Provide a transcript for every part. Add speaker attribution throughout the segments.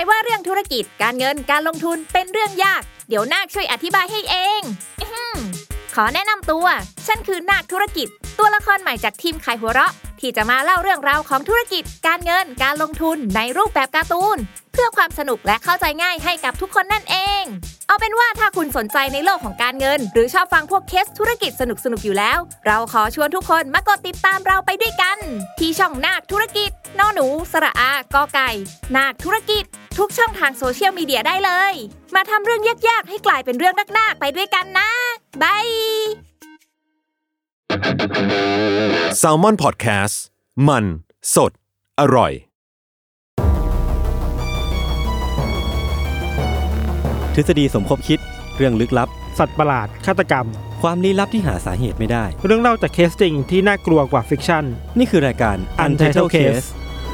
Speaker 1: ว่าเรื่องธุรกิจการเงินการลงทุนเป็นเรื่องยากเดี๋ยวนาคช่วยอธิบายให้เองขอแนะนำตัวฉันคือนาคธุรกิจตัวละครใหม่จากทีมขายหัวเราะที่จะมาเล่าเรื่องราวของธุรกิจการเงินการลงทุนในรูปแบบการ์ตูนเพื่อความสนุกและเข้าใจง่ายให้กับทุกคนนั่นเองเอาเป็นว่าถ้าคุณสนใจในโลกของการเงินหรือชอบฟังพวกเคสธุรกิจสนุกอยู่แล้วเราขอชวนทุกคนมากดติดตามเราไปด้วยกันที่ช่องนาคธุรกิจนอหนูสระอากอไก่นาคธุรกิจทุกช่องทางโซเชียลมีเดียได้เลยมาทำเรื่องยากๆให้กลายเป็นเรื่องน่าๆไปด้วยกันนะบาย
Speaker 2: Salmon Podcast มันสดอร่อย
Speaker 3: ทฤษฎีสมคบคิดเรื่องลึกลับ
Speaker 4: สัตว์ประหลาดฆาตกรรม
Speaker 3: ความลี้ลับที่หาสาเหตุไม่ได้
Speaker 4: เรื่องเล่าจากเคสจริงที่น่ากลัวกว่าฟิกชั่น
Speaker 3: นี่คือรายการ Untitled Case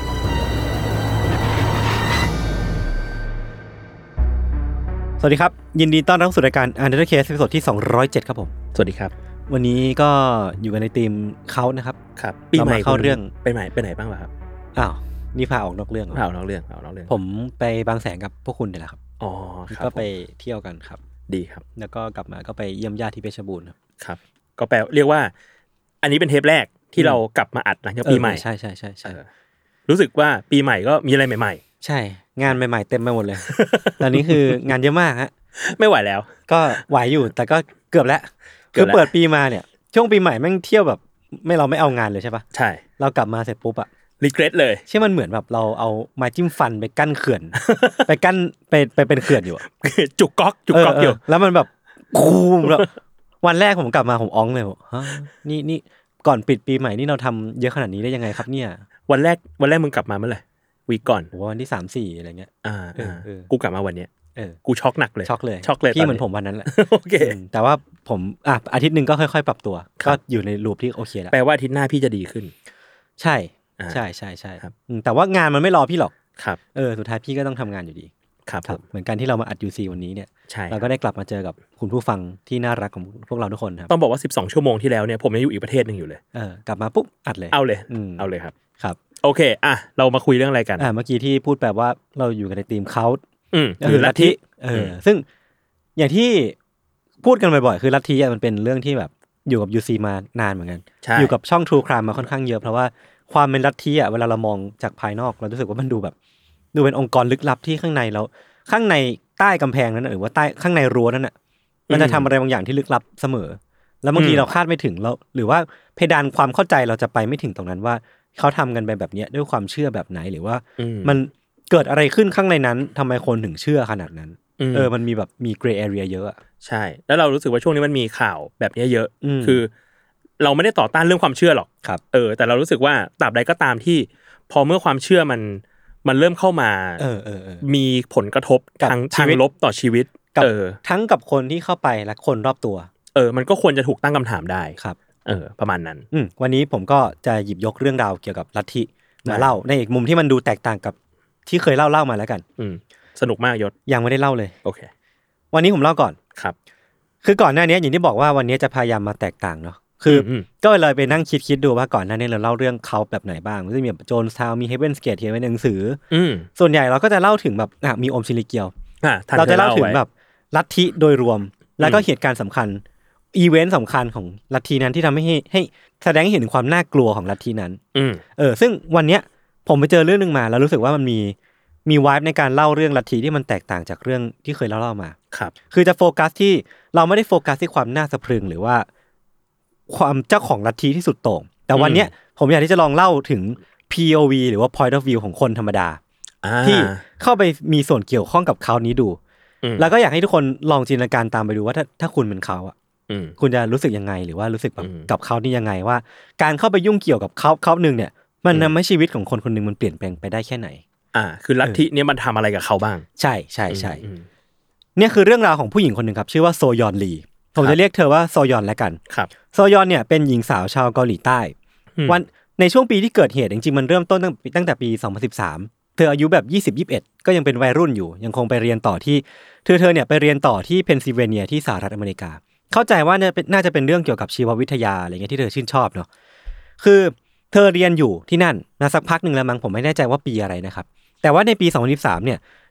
Speaker 3: สวัสดีครับยินดีต้อนรับสู่รายการ Untitled Case ตอนที่207ครับผม
Speaker 5: สวัสดีครับ
Speaker 3: วันนี้ก็อยู่กันในธีมเขานะครับ
Speaker 5: ครับปีใหม่
Speaker 3: เข้าเรื่อง
Speaker 5: ไปไหนบ้างล่ะครับ
Speaker 3: อ้าวนี่พาออกนอกเรื่อง
Speaker 5: พาออกนอกเรื่อง
Speaker 3: ผมไปบางแสนกับพวกคุณนี่แหละครับ
Speaker 5: อ๋อครับ
Speaker 3: ก็ไปเที่ยวกันครับ
Speaker 5: ดีครับ
Speaker 3: แล้วก็กลับมาก็ไปเยี่ยมญาติที่เพชรบูรณ์
Speaker 5: ครับก็แปลเรียกว่าอันนี้เป็นเทปแรกที่เรากลับมาอัดหลังจากปีใหม่
Speaker 3: ใช่
Speaker 5: ๆรู้สึกว่าปีใหม่ก็มีอะไรใหม่
Speaker 3: ๆใช่งานใหม่ๆเต็มไปหมดเลย ตอนนี้คืองานเยอะมากฮะ
Speaker 5: ไม่ไหวแล้ว
Speaker 3: ก็ไหวอยู่แต่ก็เกือบแล้วคือเปิดปีมาเนี่ยช่วงปีใหม่แม่งเที่ยวแบบเราไม่เอางานเลยใช่ปะ
Speaker 5: ใช่
Speaker 3: เรากลับมาเสร็จปุ๊บอะ
Speaker 5: รีเกรสเลย
Speaker 3: ใช่มันเหมือนแบบเราเอาไม้จิ้มฟันไปกั้นเขื่อน ไปกั้นไปเป็นเขื่อนอยู่อะ
Speaker 5: จุกก๊อกอยู่
Speaker 3: แล้วมันแบบคูมแบบวันแรกผมกลับมาผมอ้องเลยฮะนี่ก่อนปิดปีใหม่นี่เราทำเยอะขนาดนี้ได้ยังไงครับเนี่ย
Speaker 5: วันแรกมึงกลับมาเมื่อไหร่วีก่อน
Speaker 3: วันที่3-4อะไรเงี้ย
Speaker 5: กูกลับมาวันเนี้ยกูช็อกหนักเลย
Speaker 3: ช็อกเลยพี่เหมือนผมวันนั้นแหละ
Speaker 5: โอเค
Speaker 3: แต่ว่าผมอาทิตย์นึงก็ค่อยๆปรับตัวก็อยู่ในรูปที่โอเคแล้ว
Speaker 5: แปลว่าอาทิตย์หน้าพี่จะดีขึ้น
Speaker 3: ใช่ครับแต่ว่างานมันไม่รอพี่หรอก
Speaker 5: ครับ
Speaker 3: สุดท้ายพี่ก็ต้องทำงานอยู่ดี
Speaker 5: ครับ
Speaker 3: เหมือนกันที่เรามาอัด UC วันนี้เนี่ยเราก็ได้กลับมาเจอกับคุณผู้ฟังที่น่ารักของพวกเราทุกคนครับ
Speaker 5: ต้องบอกว่า12ชั่วโมงที่แล้วเนี่ยผมยังอยู่อีกประเทศนึงอยู่เลย
Speaker 3: กลับมาปุ๊บอัดเลย
Speaker 5: เอาเลย
Speaker 3: ครับ
Speaker 5: โอเคเรามาคุยเรื่องอะไรกัน
Speaker 3: เมื่อกี้ที่พูดแบบว่าเราอยู่กันในทีมเขา
Speaker 5: คือลัทธิ
Speaker 3: ซึ่งอย่างที่พูดกันบ่อยๆคือลัทธิมันเป็นเรื่องที่แบบอยู่กับ UC มานานเหมือนกันอยู่กับช่อง True Crime มาค่อนข้างเยอะเพราะว่าความเป็นลัทธิเวลาเรามองจากภายนอกเรารู้สึกว่ามันดูเป็นองค์กรลึกลับที่ข้างในแล้วข้างในใต้กำแพงนั้นหรือว่าใต้ข้างในรั้วนั้นน่ะมันจะทำอะไรบางอย่างที่ลึกลับเสมอแล้วบางทีเราคาดไม่ถึงแล้วหรือว่าเพดานความเข้าใจเราจะไปไม่ถึงตรงนั้นว่าเขาทำกันไปแบบนี้ด้วยความเชื่อแบบไหนหรือว่ามันเกิดอะไรขึ้นข้างในนั้นทำไมคนถึงเชื่อขนาดนั้นมันมีแบบมีเกรย์แอเรียเยอะ
Speaker 5: ใช่แล้วเรารู้สึกว่าช่วงนี้มันมีข่าวแบบนี้เยอะคือเราไม่ได้ต่อต้านเรื่องความเชื่อหรอกแต่เรารู้สึกว่าตราบใดก็ตามที่พอเมื่อความเชื่อมันเริ่มเข้ามามีผลกระทบทางลบต่อชีวิต
Speaker 3: ทั้งกับคนที่เข้าไปและคนรอบตัว
Speaker 5: มันก็ควรจะถูกตั้งคำถามได้
Speaker 3: ครับ
Speaker 5: ประมาณนั้น
Speaker 3: วันนี้ผมก็จะหยิบยกเรื่องราวเกี่ยวกับลัทธิมาเล่าในอีกมุมที่มันดูแตกต่างกับที่เคยเล่ามาแล้วกัน
Speaker 5: สนุกมากยศ
Speaker 3: ยังไม่ได้เล่าเลย
Speaker 5: โอเค
Speaker 3: วันนี้ผมเล่าก่อน
Speaker 5: ครับ
Speaker 3: คือก่อนหน้านี้อย่างที่บอกว่าวันนี้จะพยายามมาแตกต่างเนาะคือก็เลยไปนั่งคิดดูว่าก่อนหน้านี้เราเล่าเรื่องเขาแบบไหนบ้างมันจะมีแบบโจนส์ทาวน์มีเฮเว่นส์เกตเขียนไว้ในหนังสือส่วนใหญ่เราก็จะเล่าถึงแบบมีอมชิลิเกียวเราจะเล่าถึงแบบลัทธิโดยรวมแล้วก็เหตุการณ์สำคัญอีเวนต์สำคัญของลัทธินั้นที่ทำให้แสดงให้เห็นความน่ากลัวของลัทธินั้นซึ่งวันเนี้ยผมไปเจอเรื่องนึงมาแล้วรู้สึกว่ามันมีวายในการเล่าเรื่องลัทธิที่มันแตกต่างจากเรื่องที่เคยเล่ามา
Speaker 5: ครับ
Speaker 3: คือจะโฟกัสที่เราไม่ได้โฟกัสที่ความน่าสะพรึงหรือว่าความเจ้าของลัทธิที่สุดโต่งแต่วันเนี้ยผมอยากที่จะลองเล่าถึง POV หรือว่า point of view ของคนธรรมดาที่เข้าไปมีส่วนเกี่ยวข้องกับเขานี้ดูแล้วก็อยากให้ทุกคนลองจินตนาการตามไปดูว่าถ้าคุณเป็นเขาคุณจะรู้สึกยังไงหรือว่ารู้สึกแบบกับเขานี่ยังไงว่าการเข้าไปยุ่งเกี่ยวกับเขานึงเนี่ยมันทำให้ชีวิตของคนคนนึงมันเปลี่ยนแปลงไปได้แค่ไหน
Speaker 5: คือลัทธินี้มันทำอะไรกับเขาบ้าง
Speaker 3: ใช่เนี่ยคือเรื่องราวของผู้หญิงคนหนึ่งครับชื่อว่าโซยอนลีผมจะเรียกเธอว่าโซยอนแล้วกันโซยอนเนี่ยเป็นหญิงสาวชาวเกาหลีใต้วันในช่วงปีที่เกิดเหตุจริงๆมันเริ่มต้นตั้งแต่ปี2013เธออายุแบบ20-21ก็ยังเป็นวัยรุ่นอยู่ยังคงไปเรียนต่อที่เธอเนี่ยไปเรียนต่อที่เพนซิลเวเนียที่สหรัฐอเมริกาเข้าใจว่าน่าจะเป็นเรื่องเกี่ยวกับชีววิทยาอะไรเงี้ยที่เธอชื่นชอบเนาะคือเธอเรียนอยู่ที่นั่นนะสักพักนึงแล้วมั้งผมไม่แน่ใจว่าปีอะไรนะครับแต่ว่าในปี2013เนี่ย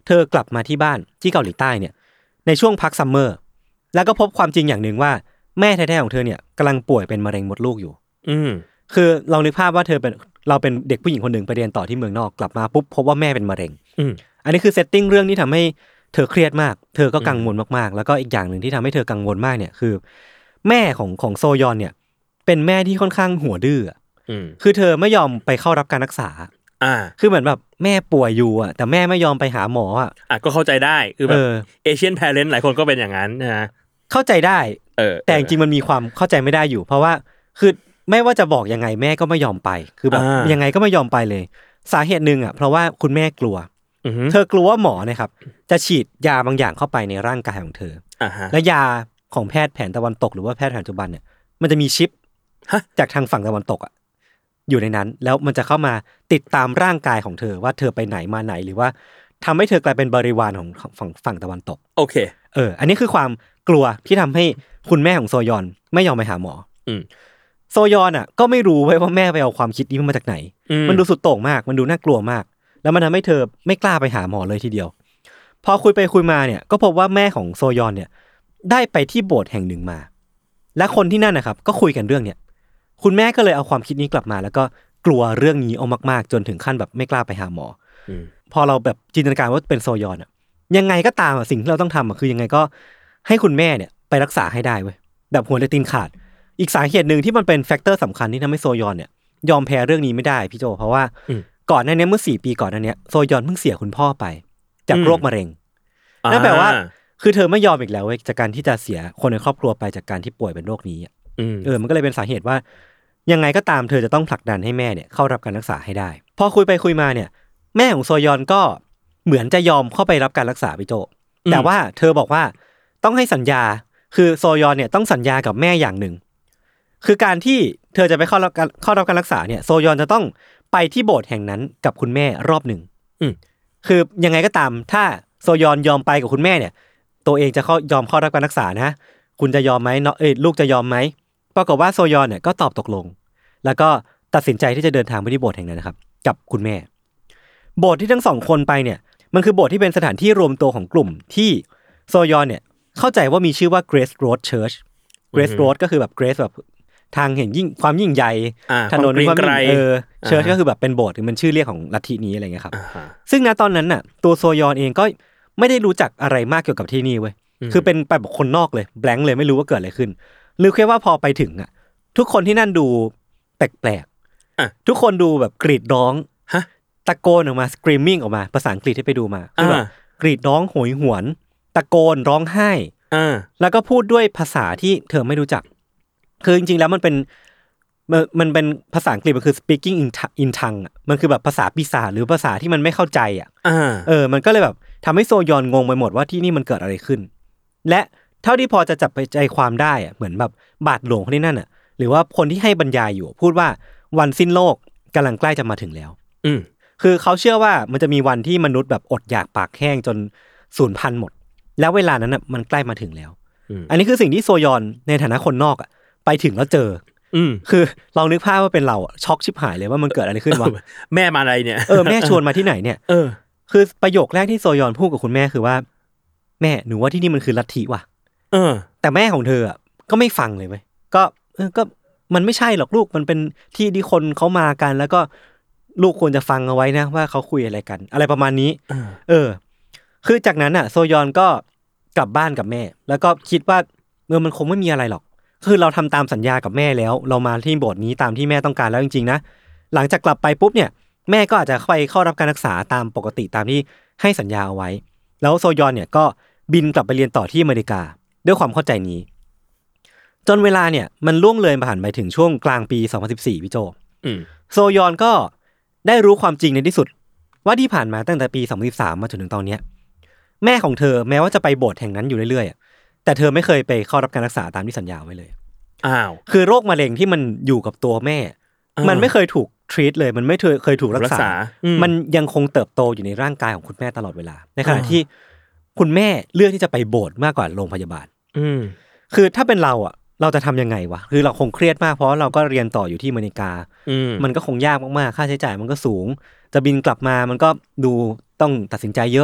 Speaker 3: เธอกลับมาที่บ้านที่เกาหลีใต้เนี่ยในช่วงพักซัมเมอร์แล้วก็พบความจริงอย่างหนึ่งว่าแม่แท้ๆของเธอเนี่ยกำลังป่วยเป็นมะเร็งมดลูกอยู่คือลองนึกภาพว่าเราเป็นเด็กผู้หญิงคนหนึ่งไปเรียนต่อที่เมืองนอกกลับมาปุ๊บพบว่าแม่เป็นมะเร็งอันนี้คือเซตติ้งเรื่องที่ทำให้เธอเครียดมากเธอก็กังวลมากๆแล้วก็อีกอย่างหนึ่งที่ทำให้เธอกังวลมากเนี่ยคือแม่ของโซยอนเนี่ยเป็นแม่ที่ค่อนข้างหัวดื้อคือเธอไม่ยอมไปเข้ารับการรักษาคือเหมือนแบบแม่ป่วยอยู่แต่แม่ไม่ยอมไปหาหมอ
Speaker 5: ก็เข้าใจได้คือแบบเอเชียนแพเรนต์หลายคนก็เป็นอย่างนั้นนะ
Speaker 3: เข้าใจได้แต่จริงๆมันมีความเข้าใจไม่ได้อยู่เพราะว่าคือไม่ว่าจะบอกยังไงแม่ก็ไม่ยอมไปคือแบบยังไงก็ไม่ยอมไปเลยสาเหตุนึงเพราะว่าคุณแม่กลัวเธอกลัวว่าหมอเนี่ยครับจะฉีดยาบางอย่างเข้าไปในร่างกายของเธอและยาของแพทย์แผนตะวันตกหรือว่าแพทย์แผนปัจจุบันเนี่ยมันจะมีชิปจากทางฝั่งตะวันตกอยู่ในนั้นแล้วมันจะเข้ามาติดตามร่างกายของเธอว่าเธอไปไหนมาไหนหรือว่าทำให้เธอกลายเป็นบริวารของฝั่งตะวันตก
Speaker 5: โอเค
Speaker 3: อันนี้คือความกลัวที่ทำให้คุณแม่ของโซยอนไม่ยอมไปหาหมอโซยอนก็ไม่รู้ว่าแม่ไปเอาความคิดนี้มาจากไหนมันดูสุดโต่งมากมันดูน่ากลัวมากแล้วมันทำให้เธอไม่กล้าไปหาหมอเลยทีเดียวพอคุยไปคุยมาเนี่ยก็พบว่าแม่ของโซยอนเนี่ยได้ไปที่โบสถ์แห่งหนึ่งมาและคนที่นั่นนะครับก็คุยกันเรื่องเนี่ยคุณแม่ก็เลยเอาความคิดนี้กลับมาแล้วก็กลัวเรื่องนี้เอามากๆจนถึงขั้นแบบไม่กล้าไปหาหมอพอเราแบบจินตนาการว่าเป็นโซยอนยังไงก็ตามสิ่งที่เราต้องทำคือยังไงก็ให้คุณแม่เนี่ยไปรักษาให้ได้เว้ยแบบหัวเลยตีนขาดอีกสาเหตุหนึ่งที่มันเป็นแฟกเตอร์สำคัญที่ทำให้โซยอนเนี่ยยอมแพ้เรื่องนี้ไม่ได้พี่โจเพราะว่าก่อนหน้านี้เมื่อ4 ปีก่อนหน้านี้โซยอนเพิ่งเสียคุณพ่อไปจากโรคมะเร็งนั่นแปลว่าคือเธอไม่ยอมอีกแล้วเว้ยจากการที่จะเสียคนในครอบครัวไปจากการที่ป่วยเป็นโรคนี้มันก็เลยเป็นสาเหตุว่ายังไงก็ตามเธอจะต้องผลักดันให้แม่เนี่ยเข้ารับการรักษาให้ได้พอคุยไปคุยมาเนี่ยแม่ของโซยอนก็เหมือนจะยอมเข้าไปรับการรักษาพี่โจแต่ว่าเธอบอกว่าต้องให้สัญญาคือโซยอนเนี่ยต้องสัญญากับแม่อย่างหนึ่งคือการที่เธอจะไปเข้ารับการรักษาเนี่ยโซยอนจะต้องไปที่โบสถ์แห่งนั้นกับคุณแม่รอบหนึ่งคือยังไงก็ตามถ้าโซยอนยอมไปกับคุณแม่เนี่ยตัวเองจะยอมเข้ารับการรักษานะคุณจะยอมไหมลูกจะยอมไหมปรากฏว่าโซยอนเนี่ยก็ตอบตกลงแล้วก็ตัดสินใจที่จะเดินทางไปที่โบสถ์แห่งนั้นนะครับกับคุณแม่โบสถ์ที่ทั้งสองคนไปเนี่ยมันคือโบสถ์ที่เป็นสถานที่รวมตัวของกลุ่มที่โซยอนเนี่ยเข้าใจว่ามีชื่อว่า Grace Road Church Grace Road ก็คือแบบ Grace แบบทางเห็นความยิ่งใหญ่ถนนความไกลChurch ก็คือแบบเป็นโบสถ์มันชื่อเรียกของลัทธินี้อะไรเงี้ยครับซึ่งณตอนนั้นน่ะตัวโซยอนเองก็ไม่ได้รู้จักอะไรมากเกี่ยวกับที่นี่เว้ยคือเป็นแบบคนนอกเลยแบงค์เลยไม่รู้ว่าเกิดอะไรขึ้นหรือแค่ว่าพอไปถึงทุกคนที่นั่นดูแปลกๆทุกคนดูแบบกรีดร้องตะโกนออกมา screaming ออกมาภาษาอังกฤษที่ไปดูมาคือแบบกรีดร้องโหยหวนตะโกนร้องไห้แล้วก็พูดด้วยภาษาที่เธอไม่รู้จักคือจริงๆแล้วมันเป็นภาษาอังกฤษมันคือ speaking in tongue มันคือแบบภาษาปีศาจหรือภาษาที่มันไม่เข้าใจมันก็เลยแบบทำให้โซยอนงงไปหมดว่าที่นี่มันเกิดอะไรขึ้นและเท่าที่พอจะจับไปใจความได้เหมือนแบบบาทหลวงคนที่นั่นหรือว่าคนที่ให้บรรยายอยู่พูดว่าวันสิ้นโลกกำลังใกล้จะมาถึงแล้วคือเขาเชื่อว่ามันจะมีวันที่มนุษย์แบบอดอยากปากแห้งจนสูญพันธุ์หมดแล้วเวลานั้นมันใกล้มาถึงแล้วอันนี้คือสิ่งที่โซยอนในฐานะคนนอกไปถึงแล้วเจอคือลองนึกภาพว่าเป็นเราช็อกชิบหายเลยว่ามันเกิดอะไรขึ้นวะ
Speaker 5: แม่มาอะไรเนี่ย
Speaker 3: แม่ชวนมาที่ไหนเนี่ยคือประโยคแรกที่โซยอนพูดกับคุณแม่คือว่าแม่หนูว่าที่นี่มันคือลัทธิว่ะแต่แม่ของเธอก็ไม่ฟังเลยเว้ยก็มันไม่ใช่หรอกลูกมันเป็นที่ที่คนเขามากันแล้วก็ลูกควรจะฟังเอาไว้นะว่าเขาคุยอะไรกันอะไรประมาณนี้คือจากนั้นโซยอนก็กลับบ้านกับแม่แล้วก็คิดว่ามันคงไม่มีอะไรหรอกคือเราทำตามสัญญากับแม่แล้วเรามาที่โบสถ์นี้ตามที่แม่ต้องการแล้วจริงๆนะหลังจากกลับไปปุ๊บเนี่ยแม่ก็อาจจะไปเข้ารับการรักษาตามปกติตามที่ให้สัญญาเอาไว้แล้วโซยอนเนี่ยก็บินกลับไปเรียนต่อที่อเมริกาด้วยความเข้าใจนี้จนเวลาเนี่ยมันล่วงเลยผ่านไปถึงช่วงกลางปี2014พี่โจโซยอนก็ได้รู้ความจริงในที่สุดว่าที่ผ่านมาตั้งแต่ปี2013มาจนถึงตอนนี้แม่ของเธอแม้ว่าจะไปโบสถ์แห่งนั้นอยู่เรื่อยๆแต่เธอไม่เคยไปเข้ารับการรักษาตามที่สัญญาไว้เลยคือโรคมะเร็งที่มันอยู่กับตัวแม่มันไม่เคยถูกทรีตเลยมันไม่เคยถูกรักษามันยังคงเติบโตอยู่ในร่างกายของคุณแม่ตลอดเวลาในขณะที่คุณแม่เลือกที่จะไปโบสถ์มากกว่าโรงพยาบาลคือถ้าเป็นเราจะทำยังไงวะคือเราคงเครียดมากเพราะเราก็เรียนต่ออยู่ที่อเมริกามันก็คงยากมากๆค่าใช้จ่ายมันก็สูงจะบินกลับมามันก็ดูต้องตัดสินใจเยอะ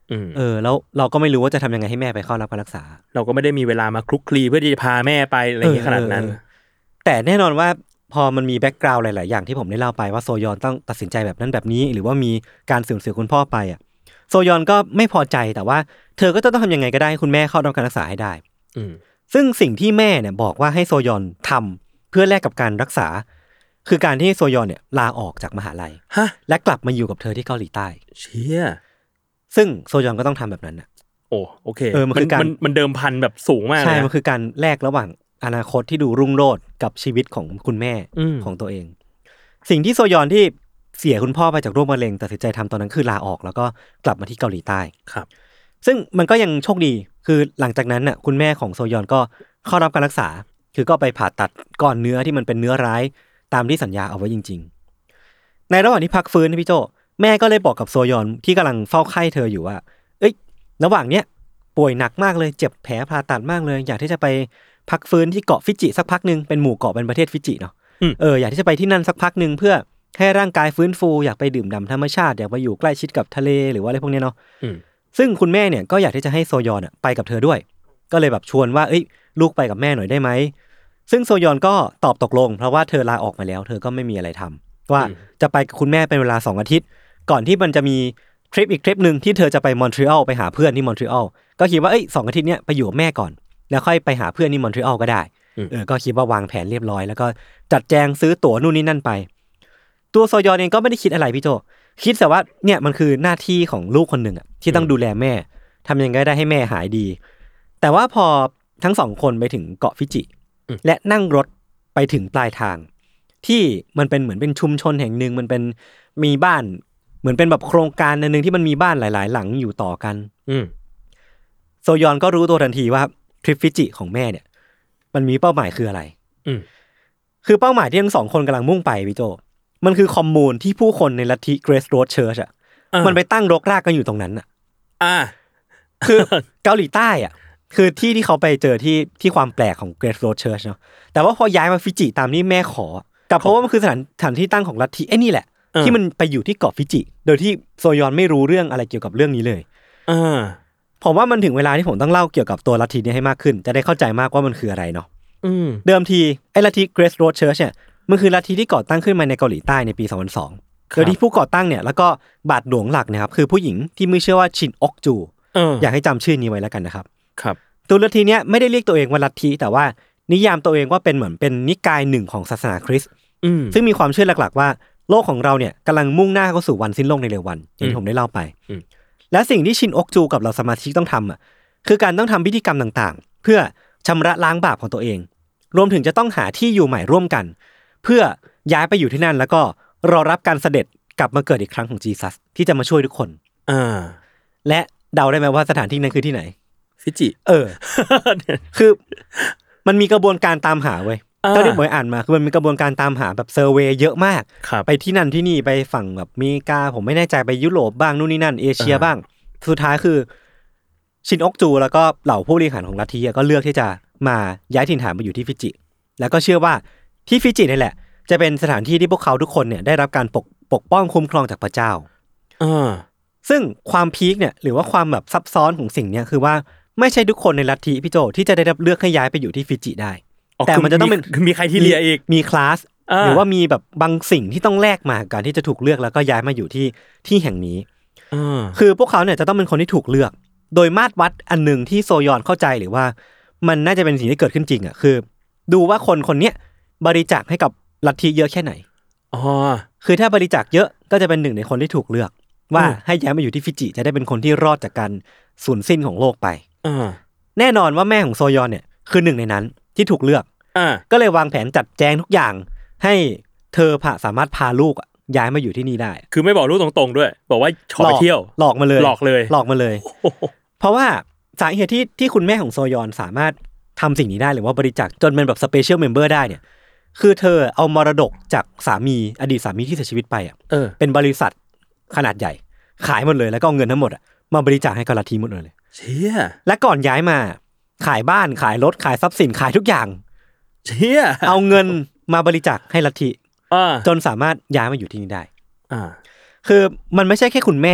Speaker 3: แล้วเราก็ไม่รู้ว่าจะทำยังไงให้แม่ไปเข้ารับการรักษา
Speaker 5: เราก็ไม่ได้มีเวลามาคลุกคลีเพื่อที่จะพาแม่ไปอะไรอย่างเงี้ยขนาดนั้น
Speaker 3: แต่แน่นอนว่าพอมันมีแบ็กกราวด์หลายๆอย่างที่ผมได้เล่าไปว่าโซยอนต้องตัดสินใจแบบนั้นแบบนี้หรือว่ามีการสูญเสียคุณพ่อไปอ่ะโซยอนก็ไม่พอใจแต่ว่าเธอก็ต้องทำยังไงก็ได้ให้คุณแม่เข้ารับการรักษาให้ได้ซึ่งสิ่งที่แม่เนี่ยบอกว่าให้โซยอนทำเพื่อแลกกับการรักษาคือการที่โซยอนเนี่ยลาออกจากมหาลัยและกลับมาอยู่กับเธอที่เกาหลีใต้
Speaker 5: เชี่ย
Speaker 3: ซึ่งโซยอนก็ต้องทำแบบนั้นน่ะ
Speaker 5: โอเคมันเดิมพันแบบสูงมากเลย
Speaker 3: ใช่มันคือการแลกระหว่างอนาคตที่ดูรุ่งโรจน์กับชีวิตของคุณแม่ของตัวเองสิ่งที่โซยอนที่เสียคุณพ่อไปจากโรคมะเร็งตัดสินใจทำตอนนั้นคือลาออกแล้วก็กลับมาที่เกาหลีใต้
Speaker 5: ครับ
Speaker 3: ซึ่งมันก็ยังโชคดีคือหลังจากนั้นน่ะคุณแม่ของโซยอนก็เข้ารับการรักษาคือก็ไปผ่าตัดก้อนเนื้อที่มันเป็นเนื้อร้ายตามที่สัญญาเอาไว้จริงๆในระหว่างที่พักฟื้นพี่โจแม่ก็เลยบอกกับโซยอนที่กำลังเฝ้าไข้เธออยู่ว่าระหว่างเนี้ยป่วยหนักมากเลยเจ็บแผลผ่าตัดมากเลยอยากที่จะไปพักฟื้นที่เกาะฟิจิสักพักนึงเป็นหมู่เกาะเป็นประเทศฟิจิเนาะอยากที่จะไปที่นั่นสักพักนึงเพื่อให้ร่างกายฟื้นฟูอยากไปดื่มด่ำธรรมชาติอยากไปอยู่ใกล้ชิดกับทะเลหรือว่าอะไรพวกนี้เนาะซึ่งคุณแม่เนี่ยก็อยากที่จะให้โซยอนไปกับเธอด้วยก็เลยแบบชวนว่าลูกไปกับแม่หน่อยได้ไหมซึ่งโซยอนก็ตอบตกลงเพราะว่าเธอลาออกมาแล้วเธอก็ไม่มีอะไรทำว่าจะไปกับคุณแม่เป็นเวลา2 อาทิตย์ก่อนที่มันจะมีทริปอีกทริปนึงที่เธอจะไปมอนทรีออลไปหาเพื่อนที่มอนทรีออลก็คิดว่า2 อาทิตย์เนี้ยไปอยู่กับแม่ก่อนแล้วค่อยไปหาเพื่อนที่มอนทรีออลก็ได้ก็คิดว่าวางแผนเรียบร้อยแล้วก็จัดแจงซื้อตั๋วนู่นนี่นั่นไปตัวโซยอนเองก็ไม่ได้คิดอะไรพี่โจคิดแต่ว่าเนี่ยมันคือหน้าที่ของลูกคนหนึ่งที่ต้องดูแลแม่ทำยังไงได้ให้แม่หายดีแต่ว่าพอทั้ง2 คนไปถึงเกาะฟิจิและนั่งรถไปถึงปลายทางที่มันเป็นเหมือนเป็นชุมชนแห่งหนึ่งมันเป็นมีบ้านเหมือนเป็นแบบโครงการนึงที่มันมีบ้านหลายๆหลังอยู่ต่อกันโซยอนก็รู้ตัวทันทีว่าทริปฟิจิของแม่เนี่ยมันมีเป้าหมายคืออะไรคือเป้าหมายที่ทั้ง2 คนกำลังมุ่งไปพี่โจมันคือคอมมูนที่ผู้คนในลัทธิ Grace Road Church มันไปตั้งรกรากกันอยู่ตรงนั้นคือเกาหลีใต้คือที่เขาไปเจอที่ความแปลกของ Grace Road Church เนาะแต่ว่าพอย้ายมาฟิจิตามที่แม่ขอกับเพราะว่ามันคือสถานที่ตั้งของลัทธินี่แหละที่มันไปอยู่ที่เกาะฟิจิโดยที่โซยอนไม่รู้เรื่องอะไรเกี่ยวกับเรื่องนี้เลยผมว่ามันถึงเวลาที่ผมต้องเล่าเกี่ยวกับตัวลัทธินี้ให้มากขึ้นจะได้เข้าใจมากว่ามันคืออะไรเนาะเดิมทีไอ้ลัทธิ Grace Road Church เนี่ยมันคือลัทธิที่ก่อตั้งขึ้นมาในเกาหลีใต้ในปี 2002โดยที่ผู้ก่อตั้งเนี่ยแล้วก็บาทหลวงหลักนะครับคือผู้หญิงที่มีชื่อว่าชินอกจูอยากให้จำชื่อนี้ไว้แล้วกันนะครับตัวลัทธิเนี้ยไม่ได้เรียกตัวเองว่าลัทธิแต่ว่านิยามตัวเองว่าเป็นเหมือนเป็นนิกายหนึ่งของศาสนาคริสต์ซึ่งมีความเชื่อหลักๆว่าโลกของเราเนี่ยกำลังมุ่งหน้าเข้าสู่วันสิ้นโลกในเร็ววันอย่างที่ผมได้เล่าไปและสิ่งที่ชินอกจูกับเราสมาชิกต้องทำคือการต้องทำพิธีกรรมต่างๆเพื่อชำระล้างบาปของตัวเองรวมถึงจะต้องหาที่อยู่ใหม่ร่วมกันเพื่อย้ายไปอยู่ที่นั่นแล้วก็รอรับการเสด็จกลับมาเกิดอีกครั้งของจีซัสที่จะมาช่วยทุกคนและเดาได้ไหมว่าสถานที่นั้นคือที่ไหน
Speaker 5: ฟิจิ
Speaker 3: คือมันมีกระบวนการตามหาเว้ยเท่าที่ผมอ่านมาคือมันมีกระบวนการตามหาแบบเซอร์เวย์เยอะมากไปที่นั่นที่นี่ไปฝั่งแบบอเมริกาผมไม่แน่ใจไปยุโรปบ้างนู่นนี่นั่นเอเชียบ้างสุดท้ายคือชินอกจูแล้วก็เหล่าผู้บริหารของลัทธิก็เลือกที่จะมาย้ายถิ่นฐานมาอยู่ที่ฟิจิแล้วก็เชื่อว่าที่ฟิจินี่แหละจะเป็นสถานที่ที่พวกเขาทุกคนเนี่ยได้รับการปกป้องคุ้มครองจากพระเจ้าซึ่งความพีคเนี่ยหรือว่าความแบบซับซ้อนของสิ่งนี้คือว่าไม่ใช่ทุกคนในลัทธิพี่โจที่จะได้รับเลือกให้ย้ายไปอยู่ที่ฟิจิได้แต่มันจะต้องเป็น
Speaker 5: มีใครที่เลียอีก
Speaker 3: มีคลาสหรือว่ามีแบบบางสิ่งที่ต้องแลกมาการที่จะถูกเลือกแล้วก็ย้ายมาอยู่ที่แห่งนี้คือพวกเขาเนี่ยจะต้องเป็นคนที่ถูกเลือกโดยมาตรวัดอันนึงที่โซยอนเข้าใจหรือว่ามันน่าจะเป็นสิ่งที่เกิดขึ้นจริงคือดูว่าคนเนี้ยบริจาคให้กับลัทธิเยอะแค่ไหนคือถ้าบริจาคเยอะก็จะเป็นหนึ่งในคนที่ถูกเลือกว่าให้ย้ายมาอยู่ที่ฟิจิจะได้เป็นคนที่รอดจากการสูญสิ้นของโลกไปแน่นอนว่าแม่ของโซยอนเนี่ยคือหนึ่งในนั้นที่ถูกเลือกก็เลยวางแผนจัดแจงทุกอย่างให้เธอสามารถพาลูกย้ายมาอยู่ที่นี่ได้
Speaker 5: คือไม่บอกลูกตรงๆด้วยบอกว่าขอไปเที่ยว
Speaker 3: หลอกมาเลยเพราะว่าสาเหตุที่คุณแม่ของโซยอนสามารถทำสิ่งนี้ได้หรือว่าบริจาคจนเป็นแบบสเปเชียลเมมเบอร์ได้เนี่ยคือเธอเอามรดกจากสามีอดีตสามีที่เสียชีวิตไปเป็นบริษัทขนาดใหญ่ขายหมดเลยแล้วก็เอาเงินทั้งหมดมาบริจาคให้กับลัทธิหมดเลย
Speaker 5: เชี่ย
Speaker 3: และก่อนย้ายมาขายบ้านขายรถขายทรัพย์สินขายทุกอย่าง
Speaker 5: เชี่ย
Speaker 3: เอาเงินมาบริจาคให้ลัทธิจนสามารถย้ายมาอยู่ที่นี่ได้คือมันไม่ใช่แค่คุณแม่เว้ย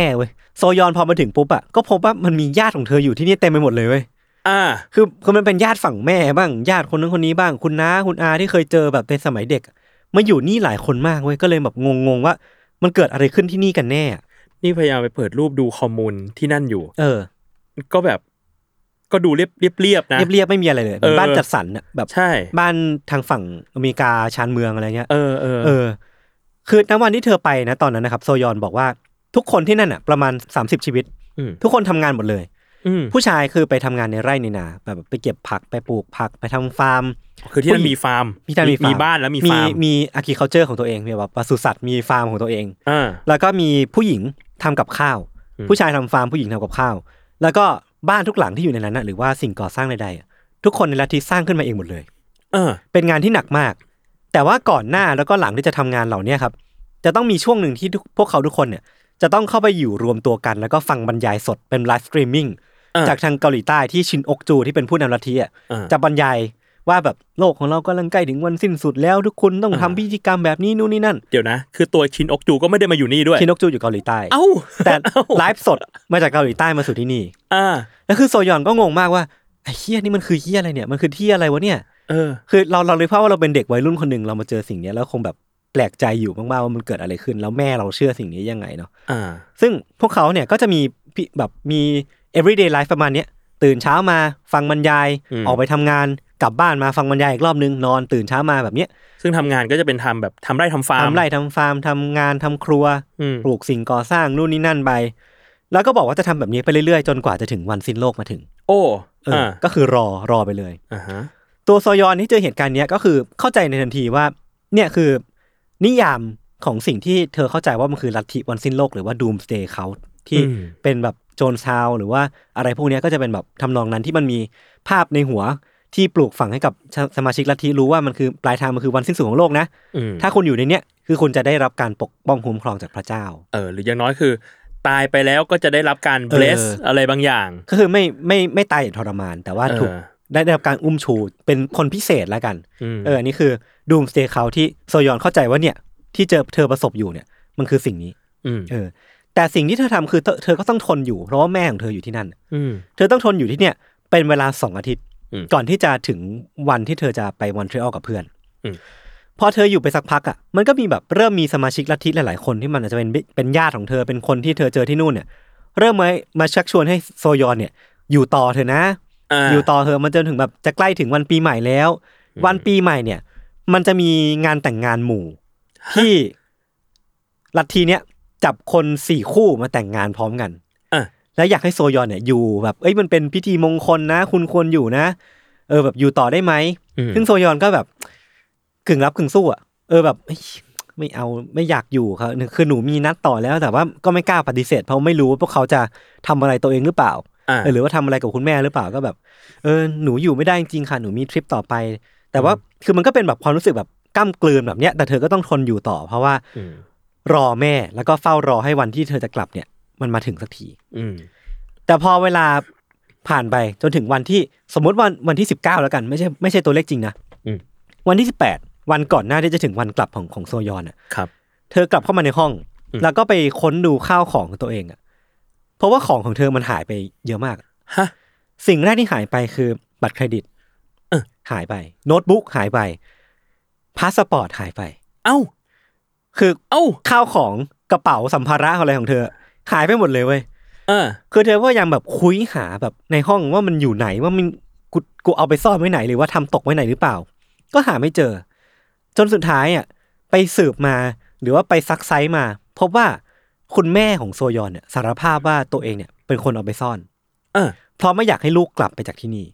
Speaker 3: โซยอนพอมาถึงปุ๊บก็พบว่ามันมีญาติของเธออยู่ที่นี่เต็มไปหมดเลยเว้ยคือมันเป็นญาติฝั่งแม่บ้างญาติคนนั้นคนนี้บ้างคุณน้าคุณอาที่เคยเจอแบบในสมัยเด็กมาอยู่นี่หลายคนมากเว้ยก็เลยแบบงงว่ามันเกิดอะไรขึ้นที่นี่กันแน่
Speaker 5: นี่พยายามไปเปิดรูปดูคอมมูนที่นั่นอยู่ก็แบบก็ดูเรียบนะ
Speaker 3: เรียบไม่มีอะไรเลยเป็นบ้านจัดสรรแบบ
Speaker 5: ใช่
Speaker 3: บ้านทางฝั่งอเมริกาชานเมืองอะไรเงี้ยคือณวันที่เธอไปนะตอนนั้นนะครับโซยอนบอกว่าทุกคนที่นั่นประมาณ30ชีวิตทุกคนทำงานหมดเลยผู้ชายคือไปทำงานในไร่ในนาแบบไปเก็บผักไปปลูกผักไปทำฟาร์ม
Speaker 5: คือที่นั่นมีฟาร์มมีบ้านแล้วมีฟาร์ม
Speaker 3: มีagriculture ของตัวเองมีแบบปศุสัตว์มีฟาร์มของตัวเองแล้วก็มีผู้หญิงทำกับข้าวผู้ชายทำฟาร์มผู้หญิงทำกับข้าวแล้วก็บ้านทุกหลังที่อยู่ในนั้นหรือว่าสิ่งก่อสร้างใดๆทุกคนในลัทธิสร้างขึ้นมาเองหมดเลยเป็นงานที่หนักมากแต่ว่าก่อนหน้าแล้วก็หลังที่จะทำงานเหล่านี้ครับจะต้องมีช่วงหนึ่งที่พวกเขาทุกคนเนี่ยจะต้องเข้าไปอยู่รวมตัวกันแล้วก็ฟังบรรยายสดเป็นไลฟ์สตรีมมิ่งจากทางเกาหลีใต้ที่ชินอกจูที่เป็นผู้นำลัทธิจะบรรยายว่าแบบโลกของเรากำลังใกล้ถึงวันสิ้นสุดแล้วทุกคนต้องทำพิธีกรรมแบบนี้นู่นนี่นั่น
Speaker 5: เดี๋ยวนะคือตัวชินอกจูก็ไม่ได้มาอยู่นี่ด้วย
Speaker 3: ชินอกจูอยู่เกาหลีใต้แต่ไลฟ์สดมาจากเกาหลีใต้มาสู่ที่นี่แล้วคือโซยอนก็งงมากว่าไอ้เหี้ยนี่มันคือเหี้ยอะไรเนี่ยมันคือที่อะไรวะเนี่ยคือเราเลยเพราะว่าเราเป็นเด็กวัยรุ่นคนนึงเรามาเจอสิ่งนี้แล้วคงแบบแปลกใจอยู่มากๆว่ามันเกิดอะไรขึ้นแล้วแม่เราเชื่อสิ่งนี้ยังไงเนาะซึ่งพวกเขาเนี่ยก็จะมีแบบมี everyday life ประมาณเนี้ยตื่นเช้ามาฟังบรรยายออกไปทำงานกลับบ้านมาฟังบรรยายอีกรอบนึงนอนตื่นเช้ามาแบบเนี้ย
Speaker 5: ซึ่งทำงานก็จะเป็นทำแบบทำไร่ทำฟาร์
Speaker 3: มทำงานทำครัวปลูกสิ่งก่อสร้างนู่นนี่นั่นไปแล้วก็บอกว่าจะทำแบบนี้ไปเรื่อยๆจนกว่าจะถึงวันสิ้นโลกมาถึงก็คือรอไปเลยตัวโซยอนที่เจอเหตุการณ์นี้ก็คือเข้าใจในทันทีว่าเนี่ยคือนิยามของสิ่งที่เธอเข้าใจว่ามันคือลัทธิวันสิ้นโลกหรือว่า Doomsday Cult ที่เป็นแบบโจนซาวหรือว่าอะไรพวกนี้ก็จะเป็นแบบทำนองนั้นที่มันมีภาพในหัวที่ปลูกฝังให้กับสมาชิกลัทธิรู้ว่ามันคือปลายทางมันคือวันสิ้นสุดของโลกนะถ้าคุณอยู่ในเนี้ยคือคุณจะได้รับการปกป้องคุ้มครองจากพระเจ้า
Speaker 5: หรืออย่างน้อยคือตายไปแล้วก็จะได้รับการ bless อะไรบางอย่าง
Speaker 3: ก็คือไม่ตายอย่างทรมานแต่ว่าถูกได้รับการอุ้มชูเป็นคนพิเศษแล้วกันอันนี้คือ Doomsday Cult ที่โซยอนเข้าใจว่าเนี่ยที่เธอประสบอยู่เนี่ยมันคือสิ่งนี้แต่สิ่งที่เธอทำคือเธอก็ต้องทนอยู่เพราะว่าแม่ของเธออยู่ที่นั่นเธอต้องทนอยู่ที่เนี่ยเป็นเวลา2 อาทิตย์ก่อนที่จะถึงวันที่เธอจะไปมอนทรีออลกับเพื่อนพอเธออยู่ไปสักพักมันก็มีแบบเริ่มมีสมาชิกลัทธิหลายๆคนที่มันอาจจะเป็นญาติของเธอเป็นคนที่เธอเจอที่นู่นเนี่ยเริ่มมาชักชวนให้โซยอนเนี่ยอยู่ต่อเธอนะอยู่ต่อเธอมันจนถึงแบบจะใกล้ถึงวันปีใหม่แล้ววันปีใหม่เนี่ยมันจะมีงานแต่งงานหมู่ที่ลัทธิเนี้ยจับคน4 คู่มาแต่งงานพร้อมกันแล้วอยากให้โซยอนเนี่ยอยู่แบบมันเป็นพิธีมงคลนะคุณควรอยู่นะแบบอยู่ต่อได้ไหมซึ่งโซยอนก็แบบกึ่งรับกึ่งสู้แบบไม่เอาไม่อยากอยู่ครับคือหนูมีนัดต่อแล้วแต่ว่าก็ไม่กล้าปฏิเสธเพราะไม่รู้ว่าพวกเขาจะทำอะไรตัวเองหรือเปล่าหรือว่าทำอะไรกับคุณแม่หรือเปล่าก็แบบหนูอยู่ไม่ได้จริงๆค่ะหนูมีทริปต่อไปแต่ว่าคือมันก็เป็นแบบความรู้สึกแบบก้ำกลืนแบบเนี้ยแต่เธอก็ต้องทนอยู่ต่อเพราะว่ารอแม่แล้วก็เฝ้ารอให้วันที่เธอจะกลับเนี่ยมันมาถึงสักทีแต่พอเวลาผ่านไปจนถึงวันที่สมมติวันที่19แล้วกันไม่ใช่ตัวเลขจริงนะวันที่18วันก่อนหน้าที่จะถึงวันกลับของโซยอน
Speaker 5: ครับ
Speaker 3: เธอกลับเข้ามาในห้องแล้วก็ไปค้นดูข้าวของตัวเองเพราะว่าของของเธอมันหายไปเยอะมากสิ่งแรกที่หายไปคือบัตรเครดิตหายไปโน้ตบุ๊กหายไปพาสปอร์ตหายไปคือข้าวของกระเป๋าสัมภาระอะไรของเธอหายไปหมดเลยเว้ยคือเธอพยายามแบบคุยหาแบบในห้องว่ามันอยู่ไหนว่ามันกูเอาไปซ่อนไว้ไหนหรือว่าทำตกไว้ไหนหรือเปล่าก็หาไม่เจอจนสุดท้ายไปสืบมาหรือว่าไปซักไซส์มาพบว่าคุณแม่ของโซยอนเนี่ยสารภาพว่าตัวเองเนี่ยเป็นคนเอาไปซ่อนเพราะไม่อยากให้ลูกกลับไปจากที่นี่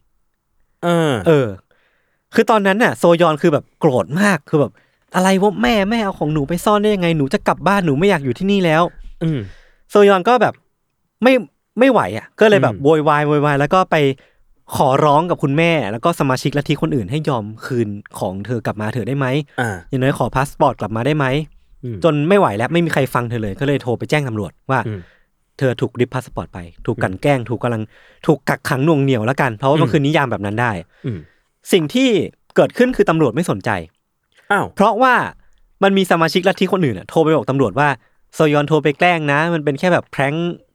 Speaker 3: คือตอนนั้นน่ะโซยอนคือแบบโกรธมากคือแบบอะไรวะแม่เอาของหนูไปซ่อนได้ยังไงหนูจะกลับบ้านหนูไม่อยากอยู่ที่นี่แล้วโซยอนก็แบบไม่ไหวก็เลยแบบโวยวายแล้วก็ไปขอร้องกับคุณแม่แล้วก็สมาชิกลัทธิคนอื่นให้ยอมคืนของเธอกลับมาเถอะได้ไหมอย่างน้อยขอพาสปอร์ตกลับมาได้ไหมจนไม่ไหวแล้วไม่มีใครฟังเธอเลยก็เลยโทรไปแจ้งตำรวจว่าเธอถูกริบพาสปอร์ตไปถูกกลั่นแกล้งถูกกักขังหน่วงเหนี่ยวแล้วกันเพราะว่ามันคือนิยามแบบนั้นได้สิ่งที่เกิดขึ้นคือตำรวจไม่สนใจเพราะว่ามันมีสมาชิกลัทธิคนอื่นโทรไปบอกตำรวจว่าโซยอนโทรไปแกล้งนะมันเป็นแค่แบบแพร้ง